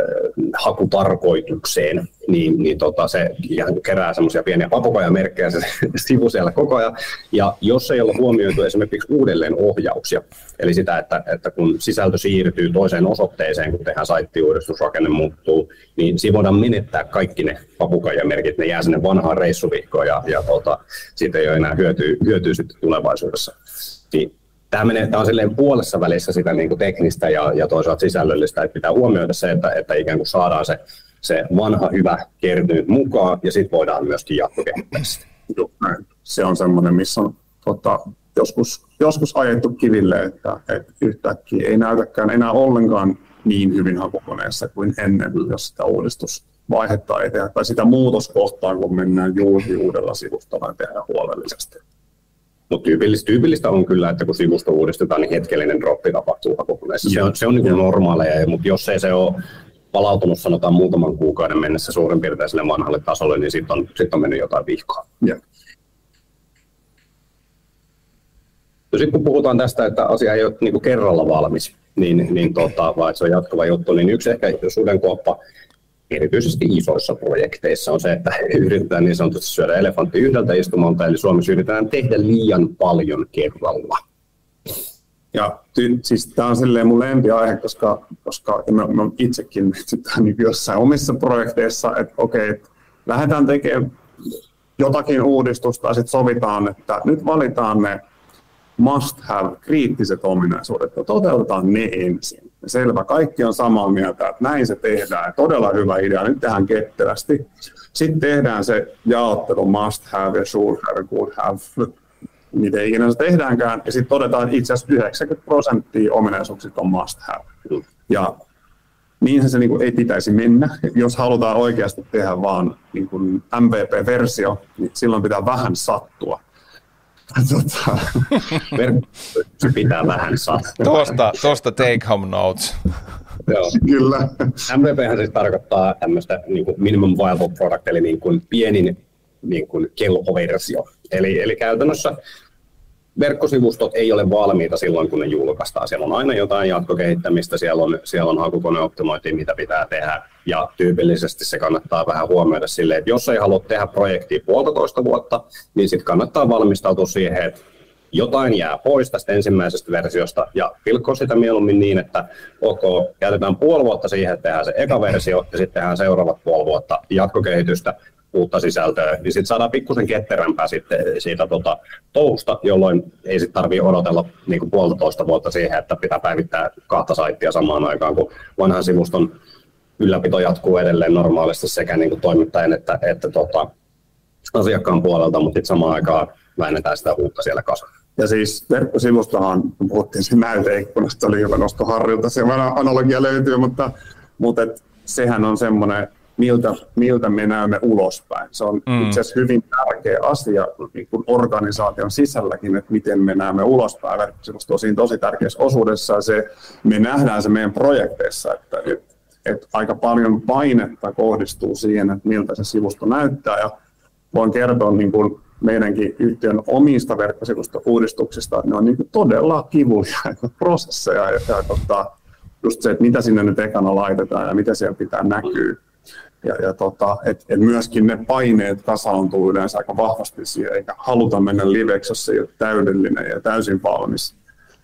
hakutarkoitukseen, niin se kerää semmoisia pieniä papukajamerkkejä se sivu siellä koko ajan. Ja jos ei ole huomioitu esimerkiksi uudelleenohjauksia, eli sitä, että kun sisältö siirtyy toiseen osoitteeseen, kun tehdään saittiuudistus, rakenne muuttuu, niin siinä voidaan menettää kaikki ne papukajamerkit, ne jää sinne vanhaan reissuvihkoon ja siitä ei ole enää hyötyä sitten tulevaisuudessa. Niin Tämä on silleen puolessa välissä sitä niin kuin teknistä ja toisaalta sisällöllistä, että pitää huomioida se, että ikään kuin saadaan se vanha hyvä kertynyt mukaan ja sitten voidaan myöskin jatkokehittää sitä. Se on semmoinen, missä on joskus ajettu kiville, että yhtäkkiä ei näytäkään enää ollenkaan niin hyvin hakukoneessa kuin ennen, jos sitä uudistusvaihetta ei tehdä tai sitä muutoskohtaa, kun mennään juuri uudella sivustalla ja tehdään huolellisesti. Mutta tyypillistä on kyllä, että kun sivusto uudistetaan, niin hetkellinen droppi tapahtuu hakukoneessa. Se on niin kuin normaaleja, mutta jos ei se ole palautunut sanotaan muutaman kuukauden mennessä suurin piirtein sille vanhalle tasolle, niin sitten on mennyt jotain vihkoa. Sitten kun puhutaan tästä, että asia ei ole niin kuin kerralla valmis, vaan että se on jatkuva juttu, niin yksi ehkä sudenkuoppa erityisesti isoissa projekteissa on se, että yritetään niin sanotusti syödä elefantti yhdeltä istumalta, eli Suomessa yritetään tehdä liian paljon kerralla. Ja siis tämä on silleen mun lempiaihe, koska mä itsekin mietitään niin jossain omissa projekteissa, että okei, lähdetään tekemään jotakin uudistusta ja sitten sovitaan, että nyt valitaan ne must-have kriittiset ominaisuudet ja toteutetaan ne ensin. Selvä, kaikki on samaa mieltä, että näin se tehdään. Todella hyvä idea, nyt tehdään ketterästi. Sitten tehdään se jaottelu must-have ja should-have ja could-have, miten ikinä se tehdäänkään. Ja sitten todetaan, että itse asiassa 90% ominaisuuksista on must-have. Ja niin se niin kuin ei pitäisi mennä. Jos halutaan oikeasti tehdä vaan niin kuin MVP-versio, niin silloin pitää vähän sattua. Se pitää vähän sattua. Tuosta take home notes. Joo. Kyllä. MVPhän siis tarkoittaa tämmöistä niin kuin minimum viable product, eli niin kuin pienin niin kuin kelpoversio. Eli käytännössä verkkosivustot ei ole valmiita silloin, kun ne julkaistaan. Siellä on aina jotain jatkokehittämistä, siellä on hakukoneoptimointia, mitä pitää tehdä. Ja tyypillisesti se kannattaa vähän huomioida silleen, että jos ei halua tehdä projektia 1,5 vuotta, niin sitten kannattaa valmistautua siihen, että jotain jää pois tästä ensimmäisestä versiosta ja pilkkoa sitä mieluummin niin, että käytetään 0,5 vuotta siihen, että tehdään se eka versio ja sitten tehdään seuraavat 0,5 vuotta jatkokehitystä, uutta sisältöä, niin sitten saadaan pikkusen ketterämpää siitä touhusta, jolloin ei sitten tarvitse odotella niin 1,5 vuotta siihen, että pitää päivittää 2 saittia samaan aikaan, kun vanhan sivuston ylläpito jatkuu edelleen normaalisti sekä niin kuin toimittajan että asiakkaan puolelta, mutta sitten samaan aikaan väännetään sitä uutta siellä kasaan. Ja siis verkkosivustahan, kun puhuttiin sen näyteikkunasta, oli hyvä nosto Harrilta, se analogia löytyy, mutta sehän on semmoinen, miltä me näemme ulospäin. Se on itse asiassa hyvin tärkeä asia niin kuin organisaation sisälläkin, että miten me näemme ulospäin. Verkkosivusto on tosi tärkeässä osuudessa ja me nähdään se meidän projekteissa, että aika paljon painetta kohdistuu siihen, että miltä se sivusto näyttää. Ja voin kertoa niin kuin meidänkin yhtiön omista verkkosivusto-uudistuksista, että ne on niin kuin todella kivuja prosesseja. Ja just se, että mitä sinne nyt ekana laitetaan ja mitä siellä pitää näkyä. Et myöskin ne paineet kasaantuu yleensä aika vahvasti siihen, eikä haluta mennä liveksi, jos se ei ole täydellinen ja täysin valmis.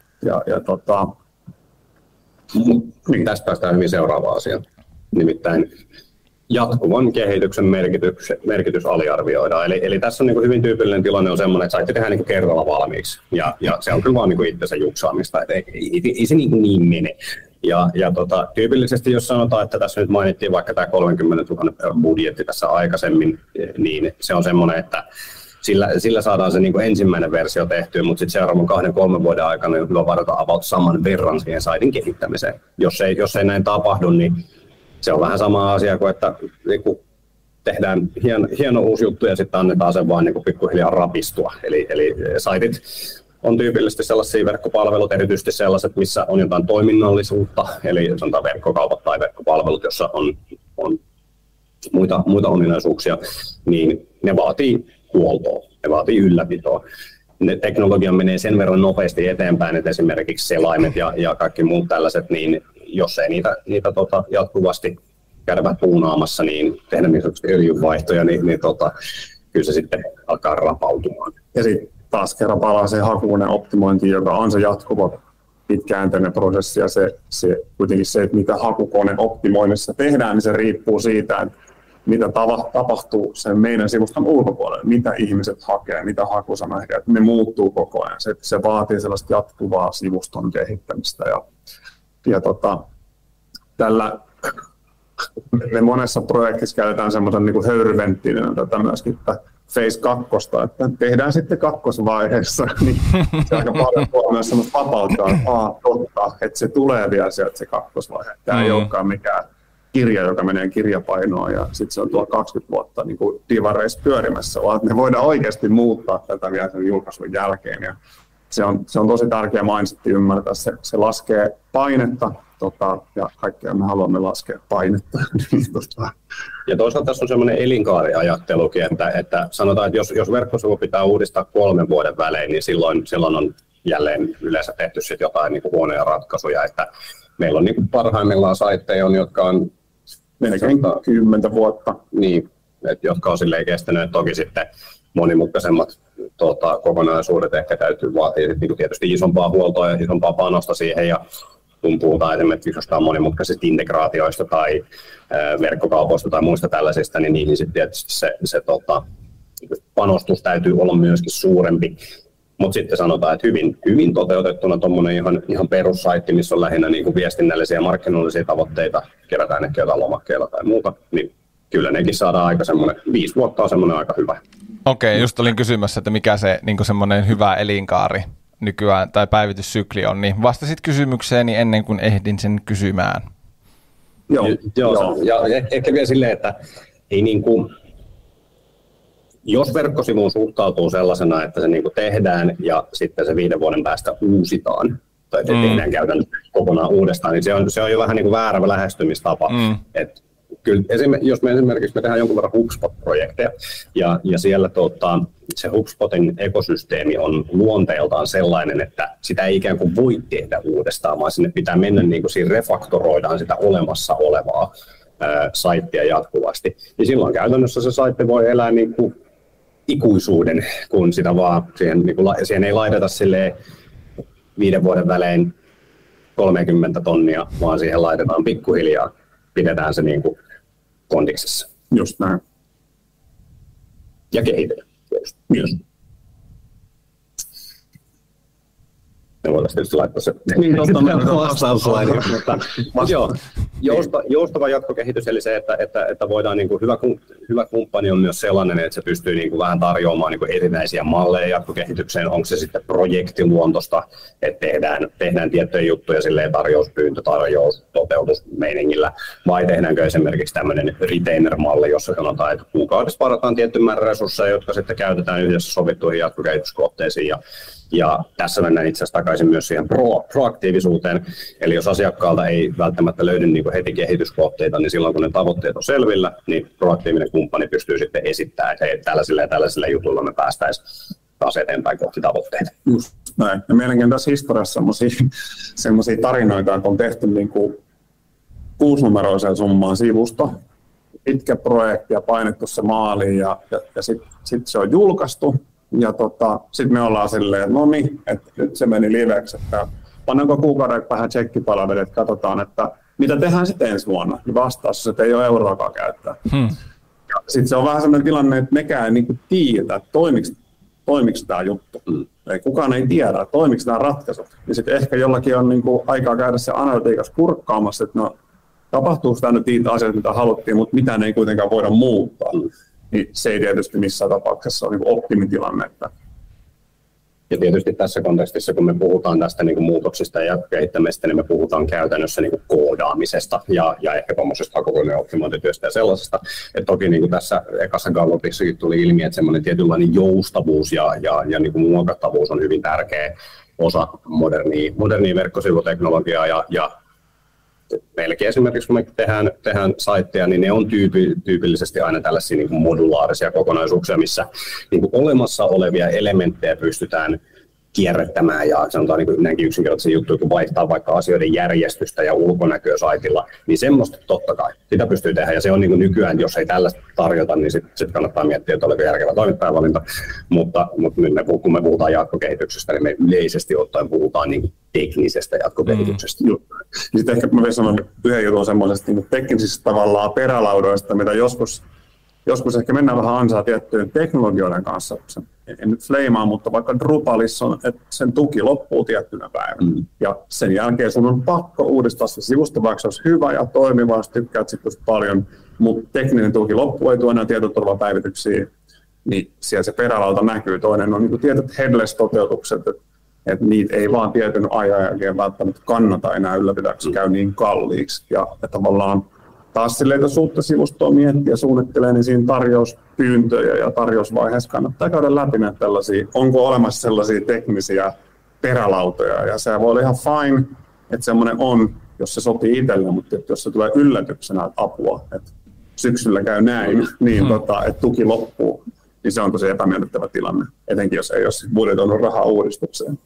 Niin. Tästä päästään hyvin seuraavaan asiaan. Nimittäin jatkuvan kehityksen merkitys aliarvioidaan. Eli tässä on niin kuin hyvin tyypillinen tilanne on sellainen, että saitte tehdä niin kuin kerralla valmiiksi. Ja se on kyllä vaan niin kuin itsensä juksaamista, että ei se niin mene. Ja tyypillisesti, jos sanotaan, että tässä nyt mainittiin vaikka tämä 30 000 budjetti tässä aikaisemmin, niin se on semmoinen, että sillä saadaan se niin kuin ensimmäinen versio tehtyä, mutta sitten seuraavan 2-3 vuoden aikana on hyvä varata about saman verran siihen saitin kehittämiseen. Jos ei näin tapahdu, niin se on vähän sama asia kuin, että niin tehdään hieno uusi juttu ja sitten annetaan sen vaan niin pikkuhiljaa rapistua. Eli saitit on tyypillisesti sellaisia verkkopalvelut, erityisesti sellaiset, missä on jotain toiminnallisuutta, eli sanotaan verkkokaupat tai verkkopalvelut, jossa on muita ominaisuuksia, niin ne vaatii huoltoa, ne vaatii ylläpitoa. Teknologia menee sen verran nopeasti eteenpäin, että esimerkiksi selaimet ja kaikki muut tällaiset, niin jos ei niitä jatkuvasti käydä puunaamassa, niin tehdä niin sanotusti öljynvaihtoja, niin kyllä se sitten alkaa rapautumaan. Ja sitten taas kerran palaa se hakukoneen optimointi, joka on se jatkuva pitkäjänteinen prosessi, ja kuitenkin se, että mitä hakukoneen optimoinnissa tehdään, niin se riippuu siitä, että mitä tapahtuu sen meidän sivuston ulkopuolella, mitä ihmiset hakee, mitä hakusana hakee, että ne muuttuu koko ajan. Se vaatii sellaista jatkuvaa sivuston kehittämistä. Tällä me monessa projektissa käytetään semmoisen niin kuin höyryventtiilinä tätä myöskin, että phase 2, että tehdään sitten kakkosvaiheessa, niin se aika paljon tuo myös semmoista vapauttaa, että se tulee vielä sieltä se kakkosvaihe. Tämä ei olekaan mikään kirja, joka menee kirjapainoon ja sitten se on tuo 20 vuotta niin kuin divareissa pyörimässä, vaan me voidaan oikeasti muuttaa tätä vielä sen julkaisun jälkeen. Ja se on tosi tärkeä mindsetti ymmärtää. Se laskee painetta ja kaikkea me haluamme laskea painetta. Ja toisaalta tässä on semmoinen elinkaariajattelukin, että sanotaan, että jos verkkosivu pitää uudistaa 3 vuoden välein, niin silloin on jälleen yleensä tehty sit jotain niin kuin huonoja ratkaisuja. Että meillä on niin kuin parhaimmillaan saitteja, jotka on melkein 10 vuotta. Niin, jotka on silleen kestänyt. Toki sitten monimutkaisemmat kokonaisuudet ehkä täytyy vaatia niin tietysti isompaa huoltoa ja isompaa panosta siihen. Ja kun puhutaan esimerkiksi jostain monimutkaisista integraatioista tai verkkokaupoista tai muista tällaisista, niin niihin sitten tietysti se panostus täytyy olla myöskin suurempi. Mutta sitten sanotaan, että hyvin toteutettuna tuommoinen ihan perussaitti, missä on lähinnä niin kuin viestinnällisiä ja markkinoillisia tavoitteita, kerätään ehkä jotain lomakkeella tai muuta, niin kyllä nekin saadaan aika semmoinen, 5 vuotta on semmoinen aika hyvä. Okei, just olin kysymässä, että mikä se niin semmoinen hyvä elinkaari nykyään tai päivityssykli on, niin vastasit kysymykseeni ennen kuin ehdin sen kysymään. Joo. Ja ehkä vielä silleen, että ei niin kuin, jos verkkosivuun suhtautuu sellaisena, että se niin kuin tehdään ja sitten se 5 vuoden päästä uusitaan tai tehdään käytännössä kokonaan uudestaan, niin se on jo vähän niin kuin väärä lähestymistapa. Et kyllä, jos me esimerkiksi tehdään jonkun verran HubSpot-projekteja ja siellä se HubSpotin ekosysteemi on luonteeltaan sellainen, että sitä ei ikään kuin voi tehdä uudestaan, vaan sinne pitää mennä niin kuin siinä refaktoroidaan sitä olemassa olevaa saittia jatkuvasti. Ja silloin käytännössä se saitti voi elää niin kuin ikuisuuden, kun sitä vaan siihen ei laiteta silleen 5 vuoden välein 30 tonnia, vaan siihen laitetaan pikkuhiljaa, pidetään se niin kuin kondiksessa. Just näin. Ja kehitetään myös. Me voitaisiin tietysti laittaa se vastausslaidi, mutta joo, joustava jatkokehitys, eli se, että voidaan, niin kuin hyvä kumppani on myös sellainen, että se pystyy niin kuin vähän tarjoamaan niin kuin erinäisiä malleja jatkokehitykseen, onko se sitten projektiluontosta, että tehdään tiettyjä juttuja silleen tarjouspyyntö, toteutusmeiningillä, vai tehdäänkö esimerkiksi tämmöinen retainer-malli, jossa sanotaan, että kuukaudessa varataan tietty määrä resursseja, jotka sitten käytetään yhdessä sovittuihin jatkokehityskohteisiin, ja tässä mennään itse asiassa takaisin myös siihen proaktiivisuuteen. Eli jos asiakkaalta ei välttämättä löydy niin kuin heti kehityskohteita, niin silloin kun ne tavoitteet on selvillä, niin proaktiivinen kumppani pystyy sitten esittämään, että hei, tällaisilla jutuilla me päästäisiin taas eteenpäin kohti tavoitteita. Just näin. Ja mielenkiintoisessa historiassa semmoisia tarinoita, kun on tehty niin kuin 6-numeroisella summaan sivusto, pitkä projekti ja painettu se maaliin ja sitten se on julkaistu. Ja sitten me ollaan silleen, että no niin, että nyt se meni liveksi, että pannaanko kuukauden vähän tsekkipalveluja, että katsotaan, että mitä tehdään sitten ensi vuonna. Ja vastaus, että ei ole euroakaan käyttää. Sitten se on vähän sellainen tilanne, että mekään ei niinku tiedä, että toimiko tämä juttu. Eli kukaan ei tiedä, että toimiko nämä ratkaisut. Ja sitten ehkä jollakin on niinku aikaa käydä se analytiikassa kurkkaamassa, että no tapahtuu tämä nyt niitä asioita, mitä haluttiin, mutta mitään ei kuitenkaan voida muuttaa. Niin se ei tietysti missään tapauksessa ole niin optimitilanne. Ja tietysti tässä kontekstissa, kun me puhutaan tästä niin kuin muutoksista ja kehittämisestä, niin me puhutaan käytännössä niin kuin koodaamisesta ja ehkä tuommoisesta hakukoneen optimointityöstä ja sellaisesta. Et toki niin kuin tässä ekassa Gallupissakin tuli ilmi, että semmoinen tietynlainen joustavuus ja niin kuin muokattavuus on hyvin tärkeä osa modernia verkkosivuteknologiaa ja meilläkin esimerkiksi, kun me tehdään saitteja, niin ne on tyypillisesti aina tällaisia niin kuin modulaarisia kokonaisuuksia, missä niin kuin olemassa olevia elementtejä pystytään kierrättämään ja sanotaan niin näinkin yksinkertaisia juttuja, kun vaihtaa vaikka asioiden järjestystä ja ulkonäköä saitilla, niin semmoista totta kai, sitä pystyy tehdä ja se on niin kuin nykyään, jos ei tällaista tarjota, niin sitten kannattaa miettiä, että oliko järkevä toimittajavalinta, mutta nyt kun me puhutaan jatkokehityksestä, niin me yleisesti ottaen puhutaan niin kuin teknisestä jatkokehityksestä. Sitten ehkä mä vielä sanon yhden jutun semmoisesta niin teknisistä tavallaan perälaudoista, mitä joskus ehkä mennään vähän ansaa tiettyjen teknologioiden kanssa. En nyt fleimaa, mutta vaikka Drupalissa on, että sen tuki loppuu tiettynä päivänä. Ja sen jälkeen sun on pakko uudistaa se sivusto, vaikka se olisi hyvä ja toimiva, jos tykkäät sitten paljon, mutta tekninen tuki loppuu, ei tuo enää tietoturvapäivityksiä, niin siellä se perälauta näkyy. Toinen on niin tietyt headless-toteutukset, että niitä ei vaan tietyn ajan jälkeen välttämättä kannata enää ylläpitää, kun se käy niin kalliiksi. Ja tavallaan taas silleen, jos uutta sivustoa miettiä ja suunnittelee, niin siinä tarjouspyyntöjä ja tarjousvaiheessa kannattaa käydä läpi näitä tällaisia, onko olemassa sellaisia teknisiä perälautoja. Ja se voi olla ihan fine, että semmoinen on, jos se sopii itselle, mutta jos se tulee yllätyksenä, että apua, että syksyllä käy näin, niin että tuki loppuu, niin se on tosi epämiellyttävä tilanne, etenkin jos ei ole budjetoinut rahaa uudistukseen.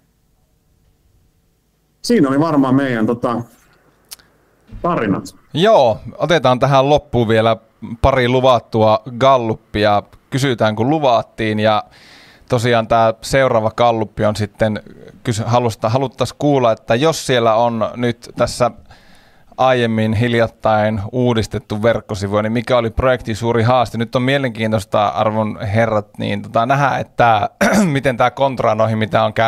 Siinä oli varmaan meidän tarinat. Joo, otetaan tähän loppuun vielä pari luvattua Gallupia. Kysytään kun luvattiin ja tosiaan tämä seuraava Galluppi on sitten, haluttaisiin kuulla, että jos siellä on nyt tässä aiemmin hiljattain uudistettu verkkosivu, niin mikä oli projektin suuri haaste? Nyt on mielenkiintoista, arvon herrat, niin nähdä, että miten tämä kontra noihin, mitä on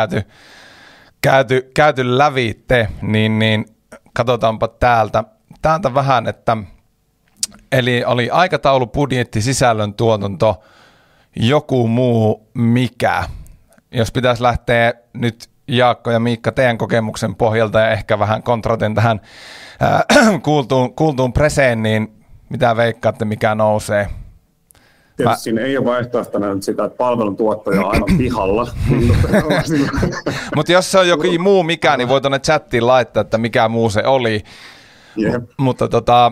käyty lävitte, niin katsotaanpa täältä vähän, että eli oli aikataulu, budjetti, sisällön tuotanto, joku muu mikä. Jos pitäisi lähteä nyt Jaakko ja Miikka teidän kokemuksen pohjalta ja ehkä vähän kontraten tähän kuultuun preseen, niin mitä veikkaatte, mikä nousee? Tietysti siinä ei ole vaihtoehtona nyt sitä, että palveluntuottaja on aina pihalla. Mutta jos se on joku muu mikä, niin voi tuonne chattiin laittaa, että mikä muu se oli. Yep. Mutta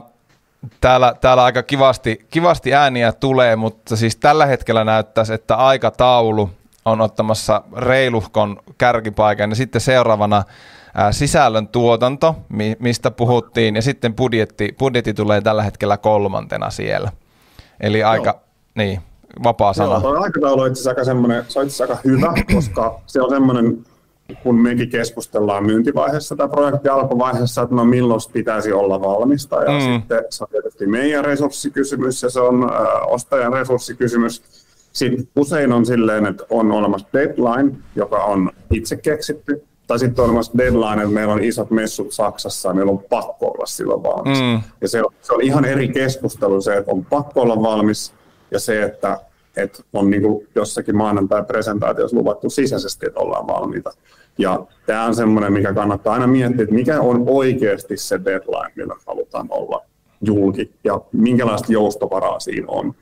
täällä aika kivasti ääniä tulee, mutta siis tällä hetkellä näyttäisi, että aikataulu on ottamassa reiluhkon kärkipaikan ja sitten seuraavana sisällön tuotanto, mistä puhuttiin, ja sitten budjetti tulee tällä hetkellä 3. siellä. Eli aika, niin, vapaa sana. Joo, tuo aikataulu on itse asiassa aika hyvä, koska se on semmoinen, kun mekin keskustellaan myyntivaiheessa tai projektin alkuvaiheessa, että no milloin pitäisi olla valmista, ja sitten se on tietysti meidän resurssikysymys, ja se on ostajan resurssikysymys. Sitten usein on silleen, että on olemassa deadline, joka on itse keksitty, tai sitten on olemassa deadline, että meillä on isot messut Saksassa ja meillä on pakko olla silloin valmis. Ja se on ihan eri keskustelu se, että on pakko olla valmis ja se, että on niin kuin jossakin maanantai-presentaatiossa luvattu sisäisesti, että ollaan valmiita. Ja tämä on semmoinen, mikä kannattaa aina miettiä, että mikä on oikeasti se deadline, millä halutaan olla julki ja minkälaista joustovaraa siinä on.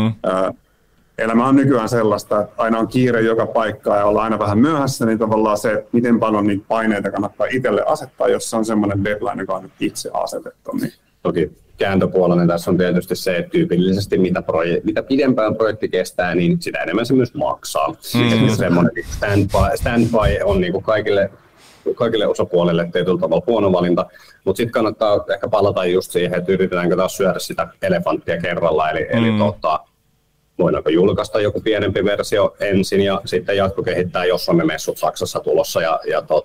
Elämä on nykyään sellaista, että aina on kiire joka paikkaan ja ollaan aina vähän myöhässä, niin tavallaan se, että miten paljon niitä paineita kannattaa itselle asettaa, jos se on semmoinen deadline, joka on itse asetettu. Niin. Toki kääntöpuolinen tässä on tietysti se, että tyypillisesti mitä pidempään projekti kestää, niin sitä enemmän se myös maksaa. Semmoinen standby on niin kuin kaikille osapuolille tietyllä tavalla huono valinta, mutta sitten kannattaa ehkä palata just siihen, että yritetäänkö taas syödä sitä elefanttia kerralla, eli voidaanko julkaista joku pienempi versio ensin ja sitten jatkokehittää, jos on ne messut Saksassa tulossa ja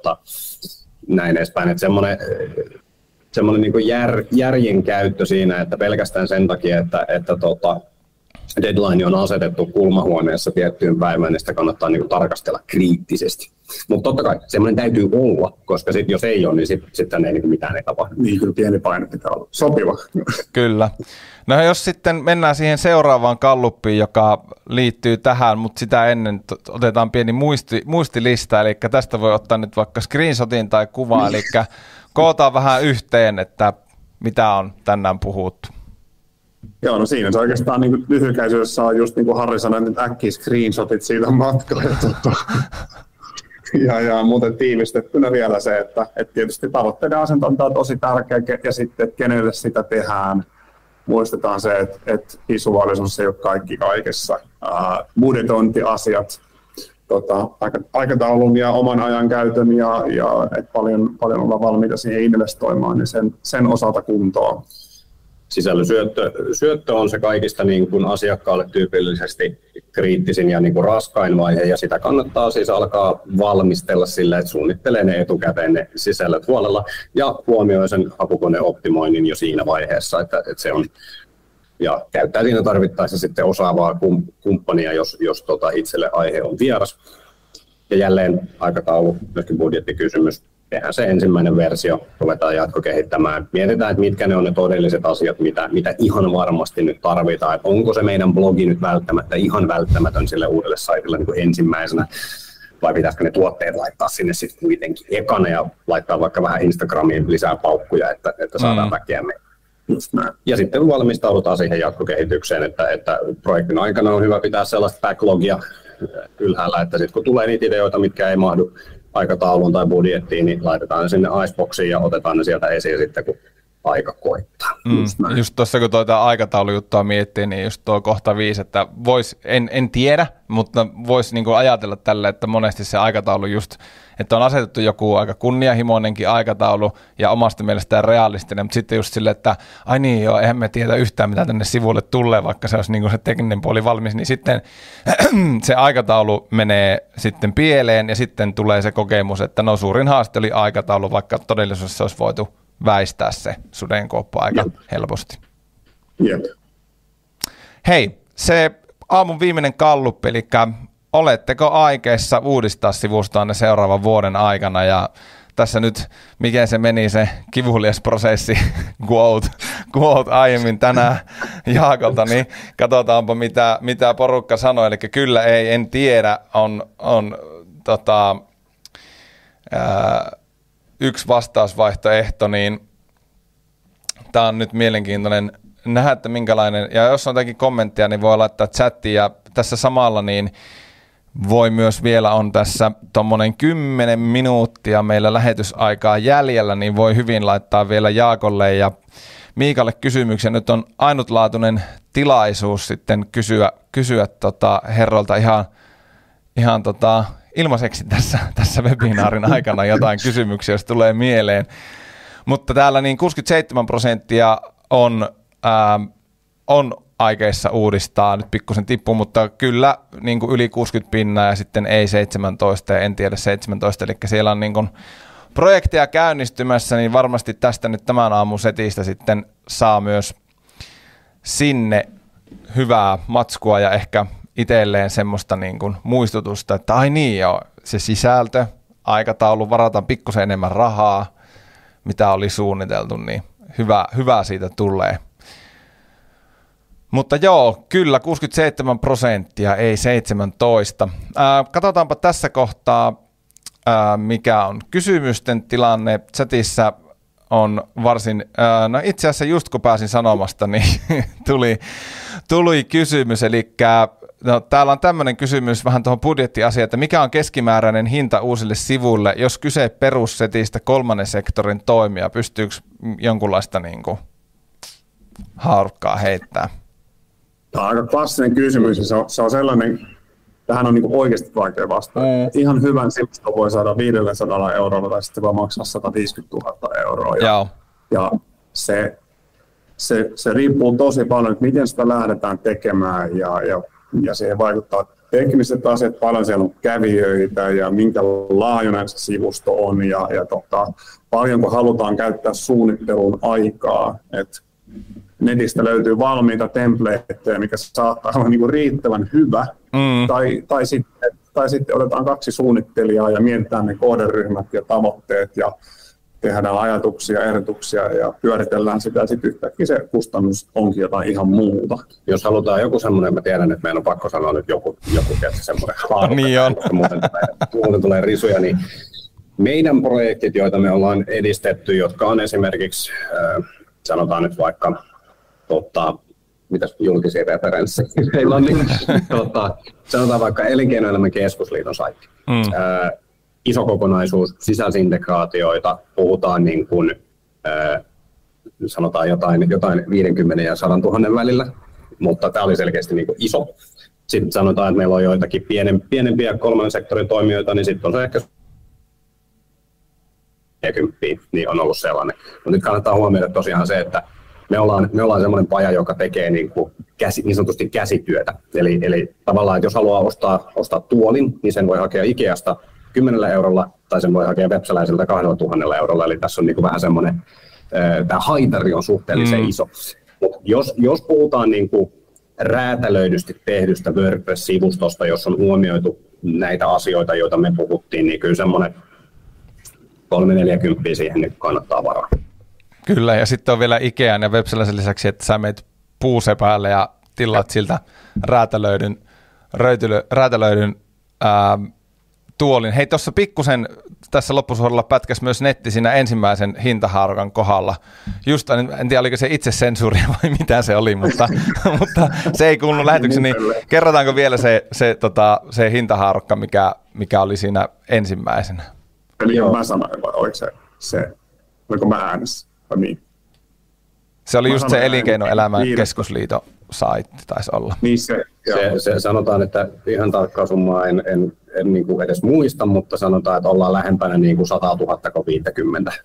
näin edespäin. Että semmoinen niin kuin järjen käyttö siinä, että pelkästään sen takia, että deadline on asetettu kulmahuoneessa tiettyyn päivään, niin sitä kannattaa niin kuin tarkastella kriittisesti. Mutta totta kai semmoinen täytyy olla, koska jos ei ole, niin sitten ei niin mitään ei tapahdu. Niin, kyllä pieni paine pitää olla. Sopiva. Kyllä. No jos sitten mennään siihen seuraavaan galluppiin, joka liittyy tähän, mutta sitä ennen otetaan pieni muistilista, eli tästä voi ottaa nyt vaikka screenshotin tai kuvaa, eli kootaan vähän yhteen, että mitä on tänään puhuttu. Joo, no siinä se oikeastaan niin lyhykäisyydessä on just niin kuin Harri sanoi, että äkkiä screenshotit siitä matkalle. Muuten tiivistettynä vielä se, että tietysti tavoitteiden asentonta on tosi tärkeä ja sitten, että kenelle sitä tehdään. Muistetaan se, että visuaalisuus ei ole kaikki kaikessa. Budjetointiasiat, aikataulun ja oman ajan käytön ja että paljon ollaan valmiita siihen investoimaan, niin sen osalta kuntoon. Sisällön syöttö on se kaikista niin kuin asiakkaalle tyypillisesti kriittisin ja niin kuin raskain vaihe, ja sitä kannattaa siis alkaa valmistella sillä, että suunnittelee ne etukäteen ne sisällöt huolella ja huomioi sen hakukoneoptimoinnin jo siinä vaiheessa, että se on, ja käyttää siinä tarvittaessa sitten osaavaa kumppania, jos itselle aihe on vieras. Ja jälleen aikataulu, myöskin budjettikysymys. Tehdään se ensimmäinen versio, ruvetaan jatkokehittämään. Mietitään, että mitkä ne on ne todelliset asiat, mitä ihan varmasti nyt tarvitaan. Että onko se meidän blogi nyt välttämättä ihan välttämätön sille uudelle saitille niin kuin ensimmäisenä, vai pitäisikö ne tuotteet laittaa sinne sitten kuitenkin ekana ja laittaa vaikka vähän Instagramiin lisää paukkuja, että saadaan väkeä meille. Ja sitten valmistaudutaan siihen jatkokehitykseen, että projektin aikana on hyvä pitää sellaista backlogia ylhäällä, että sitten kun tulee niitä ideoita, mitkä ei mahdu aikatauluun tai budjettiin, niin laitetaan ne sinne Iceboxiin ja otetaan ne sieltä esiin sitten, kun aika koittaa. Just tuossa kun aikataulujuttua miettii, niin just tuo kohta 5, että en tiedä, mutta voisi niinku ajatella tälle, että monesti se aikataulu just, että on asetettu joku aika kunnianhimoinenkin aikataulu ja omasta mielestään realistinen, mutta sitten just silleen, että ai niin joo, eihän me tiedä yhtään mitä tänne sivulle tulee, vaikka se olisi niinku se tekninen puoli valmis, niin sitten se aikataulu menee sitten pieleen ja sitten tulee se kokemus, että no suurin haaste oli aikataulu, vaikka todellisuudessa olisi voitu väistää se sudenkuoppa aika helposti. Jep. Hei, se aamun viimeinen galluppi, eli oletteko aikeissa uudistaa sivustoanne seuraavan vuoden aikana, ja tässä nyt, miten se meni se kivulias prosessi, quote aiemmin tänään Jaakolta, niin katsotaanpa mitä porukka sanoi, eli kyllä ei, en tiedä, on yksi vastausvaihtoehto, niin tämä on nyt mielenkiintoinen nähdä, että minkälainen, ja jos on jotakin kommenttia, niin voi laittaa chattiin, ja tässä samalla niin voi myös vielä on tässä tuommoinen 10 minuuttia meillä lähetysaikaa jäljellä, niin voi hyvin laittaa vielä Jaakolle ja Miikalle kysymyksiä. Nyt on ainutlaatuinen tilaisuus sitten kysyä herroilta ihan ilmaiseksi tässä webinaarin aikana jotain kysymyksiä, jos tulee mieleen. Mutta täällä niin 67% on aikeissa uudistaa, nyt pikkusen tippuu, mutta kyllä niin kuin yli 60% ja sitten ei 17 ja en tiedä 17, eli siellä on niin kuin projekteja käynnistymässä, niin varmasti tästä nyt tämän aamun setistä sitten saa myös sinne hyvää matskua ja ehkä itselleen semmoista niin kuin muistutusta, että ai niin joo, se sisältö, aikataulu, varataan pikkusen enemmän rahaa, mitä oli suunniteltu, niin hyvä siitä tulee. Mutta joo, kyllä 67%, ei 17. Katsotaanpa tässä kohtaa, mikä on kysymysten tilanne. Chatissa on varsin, no itse asiassa just kun pääsin sanomasta, niin tuli kysymys. Eli no, täällä on tämmöinen kysymys vähän tuohon budjettiasiaan, että mikä on keskimääräinen hinta uusille sivuille, jos kyse perussetistä kolmannen sektorin toimia, pystyykö jonkunlaista niin kuin haarukkaa heittää? Tämä on aika klassinen kysymys, ja se on sellainen, tähän on niin oikeasti vaikea vastata. Ihan hyvän sivuston voi saada 500 eurolla, tai sitten voi maksaa 150 000 euroa. Ja se riippuu tosi paljon, että miten sitä lähdetään tekemään, ja siihen vaikuttaa tekniset asiat, paljon siellä on kävijöitä, ja minkä laajuinen se sivusto on, ja paljonko halutaan käyttää suunnitteluun aikaa. Netistä löytyy valmiita templateja, mikä saattaa olla niinku riittävän hyvä, tai sitten otetaan 2 suunnittelijaa ja mietitään ne kohderyhmät ja tavoitteet ja tehdään ajatuksia, ehdotuksia ja pyöritellään sitä, ja sitten yhtäkkiä se kustannus onkin jotain ihan muuta. Jos halutaan joku semmoinen, mä tiedän, että meidän on pakko sanoa nyt joku semmoinen haarukka, niin on. Muuten tulee risuja, niin meidän projektit, joita me ollaan edistetty, jotka on esimerkiksi, sanotaan nyt vaikka, mitäs julkisia referenssejä meillä on, niin sanotaan vaikka Elinkeinoelämän keskusliiton saitti. Iso kokonaisuus, sisäisintegraatioita, puhutaan niin kuin, sanotaan jotain 50 ja 100 000 välillä, mutta tämä oli selkeästi niin kuin iso. Sitten sanotaan, että meillä on joitakin pienempiä kolmannen sektorin toimijoita, niin sitten on se ehkä 10, niin on ollut sellainen. Mutta nyt kannattaa huomioida tosiaan se, että me ollaan semmoinen paja, joka tekee niin sanotusti käsityötä. Eli tavallaan, että jos haluaa ostaa tuolin, niin sen voi hakea Ikeasta 10 eurolla, tai sen voi hakea Vepsäläiseltä 2 000 eurolla. Eli tässä on niin vähän semmoinen, tämä haitari on suhteellisen iso. Mut jos puhutaan niin kuin räätälöidysti tehdystä WordPress-sivustosta, jos on huomioitu näitä asioita, joita me puhuttiin, niin kyllä semmoinen 340 siihen niin kannattaa varaa. Kyllä, ja sitten on vielä Ikean ja Vepsäläisen lisäksi, että sä meet puusepäälle ja tilaat siltä räätälöidyn tuolin. Hei, tuossa pikkusen tässä loppusuoralla pätkäs myös netti siinä ensimmäisen hintahaarukan kohdalla. Just, en tiedä, oliko se itse sensuuria vai mitä se oli, mutta se ei kuulunut lähetykseen, niin kerrotaanko vielä se hintahaarukka, mikä oli siinä ensimmäisenä? Eli mä sanoin, vai oliko mä äänessä? Niin. Se oli just se Elinkeinoelämän keskusliiton saitti, taisi olla. Niin se sanotaan, että ihan tarkkaa summaa en niin kuin edes muista, mutta sanotaan, että ollaan lähempänä niin kuin 100 000 kuin 50.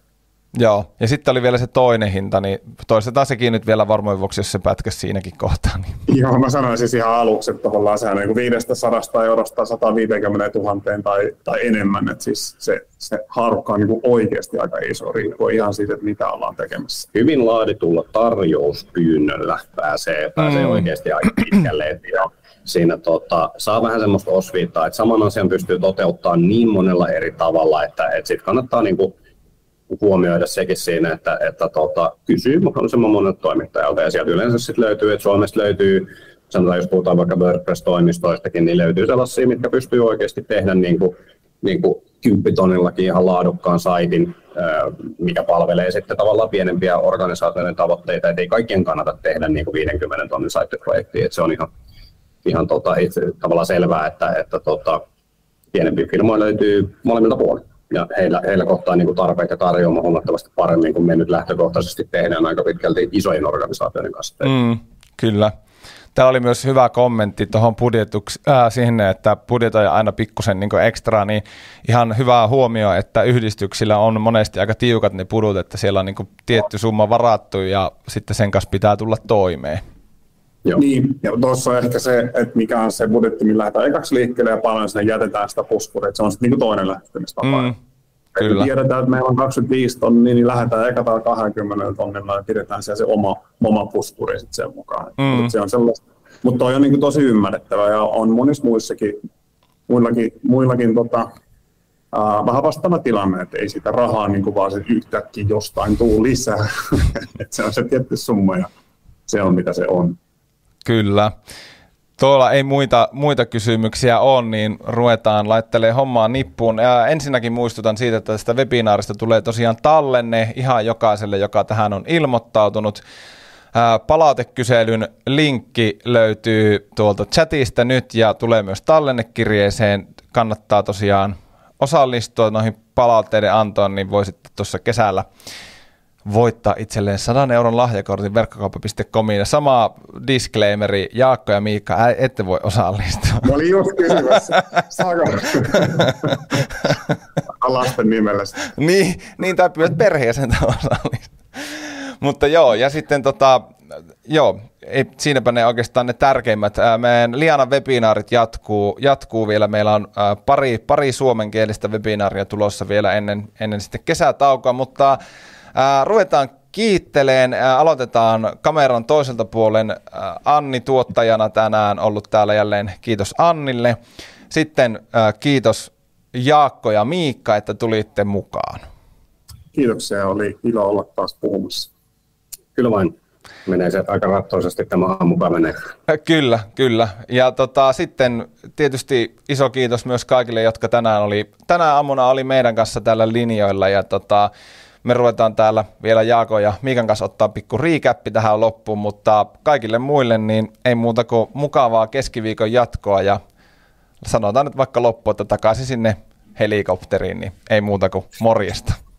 Joo, ja sitten oli vielä se toinen hinta, niin toistetaan sekin nyt vielä varmoin vuoksi, jos se pätkäsi siinäkin kohtaa. Niin. Joo, mä sanoin siis ihan aluksi, että tavallaan sehän on niin 500 eurosta 150 000 tai enemmän, että siis se haarukka on niin oikeasti aika iso, riippuu ihan siitä, että mitä ollaan tekemässä. Hyvin laaditulla tarjouspyynnöllä pääsee oikeasti aika pitkälle, ja siinä saa vähän semmoista osviittaa, että saman asian pystyy toteuttamaan niin monella eri tavalla, että sitten kannattaa niinku huomioida sekin siinä, että kysyy mahdollisimman monelta toimittajalta, ja sieltä yleensä sitten löytyy, että Suomesta löytyy, sanotaan jos puhutaan vaikka WordPress-toimistoistakin, niin löytyy sellaisia, mitkä pystyy oikeasti tehdä niin kuin 10 tonnillakin ihan laadukkaan saitin, mikä palvelee sitten tavallaan pienempiä organisaatioiden tavoitteita, että ei kaikkien kannata tehdä niin kuin 50 tonnin saittiprojektia, että se on ihan tavallaan selvää, että pienempiä firmoja löytyy molemmilta puolilta. Ja heillä kohtaa niin kuin tarpeet ja tarjoama huomattavasti paremmin kuin me nyt lähtökohtaisesti tehdään aika pitkälti isojen organisaatioiden kanssa. Kyllä. Täällä oli myös hyvä kommentti tuohon siihen, että budjetoja aina pikkusen niin ekstra, niin ihan hyvä huomio, että yhdistyksillä on monesti aika tiukat ne pudut, että siellä on niin kuin tietty summa varattu ja sitten sen kanssa pitää tulla toimeen. Joo. Niin, ja tuossa on ehkä se, että mikä on se budjetti, millä lähdetään ekaksi liikkeelle ja paljon sinne jätetään sitä puskuria, että se on sitten niin kuin toinen lähtemistapa. Kyllä. Tiedetään, että meillä on 25 tonnia, niin lähdetään ekataan 20 tonnilla ja pidetään siellä se oma puskuri sitten sen mukaan. Se on sellaista. Mutta toi on niin kuin tosi ymmärrettävä ja on monissa muillakin vähän vastaava tilanne, että ei sitä rahaa niin kuin vaan yhtäkkiä jostain tule lisää. Että se on se tietty summa ja se on mitä se on. Kyllä. Tuolla ei muita kysymyksiä ole, niin ruvetaan laittelemaan hommaa nippuun. Ja ensinnäkin muistutan siitä, että tästä webinaarista tulee tosiaan tallenne ihan jokaiselle, joka tähän on ilmoittautunut. Palautekyselyn linkki löytyy tuolta chatista nyt ja tulee myös tallennekirjeeseen. Kannattaa tosiaan osallistua noihin palautteiden antoon, niin voi sitten tuossa kesällä voittaa itselleen 100 euron lahjakortin verkkokauppa.comiin. Ja sama disclaimeri, Jaakko ja Miikka, ette voi osallistua. Mä olin just kysymässä. Saako? Lasten nimellä. Niin tai pyydät perheeseen osallistua. Mutta joo, ja sitten siinäpä ne oikeastaan ne tärkeimmät. Meidän Lianan webinaarit jatkuu vielä. Meillä on pari suomenkielistä webinaaria tulossa vielä ennen sitten kesätaukoa, mutta ruvetaan kiitteleen. Aloitetaan kameran toiselta puolen. Anni tuottajana tänään ollut täällä jälleen. Kiitos Annille. Sitten kiitos Jaakko ja Miikka, että tulitte mukaan. Kiitoksia. Oli ilo olla taas puhumassa. Kyllä vain. Menee se aika rattoisesti tämä aamupäivä menee. Kyllä. Ja sitten tietysti iso kiitos myös kaikille, jotka tänä aamuna oli meidän kanssa täällä linjoilla. Ja me ruvetaan täällä vielä Jaakon ja Miikan kanssa ottaa pikku recappi tähän loppuun, mutta kaikille muille niin ei muuta kuin mukavaa keskiviikon jatkoa ja sanotaan nyt vaikka loppuun, että takaisin sinne helikopteriin, niin ei muuta kuin morjesta.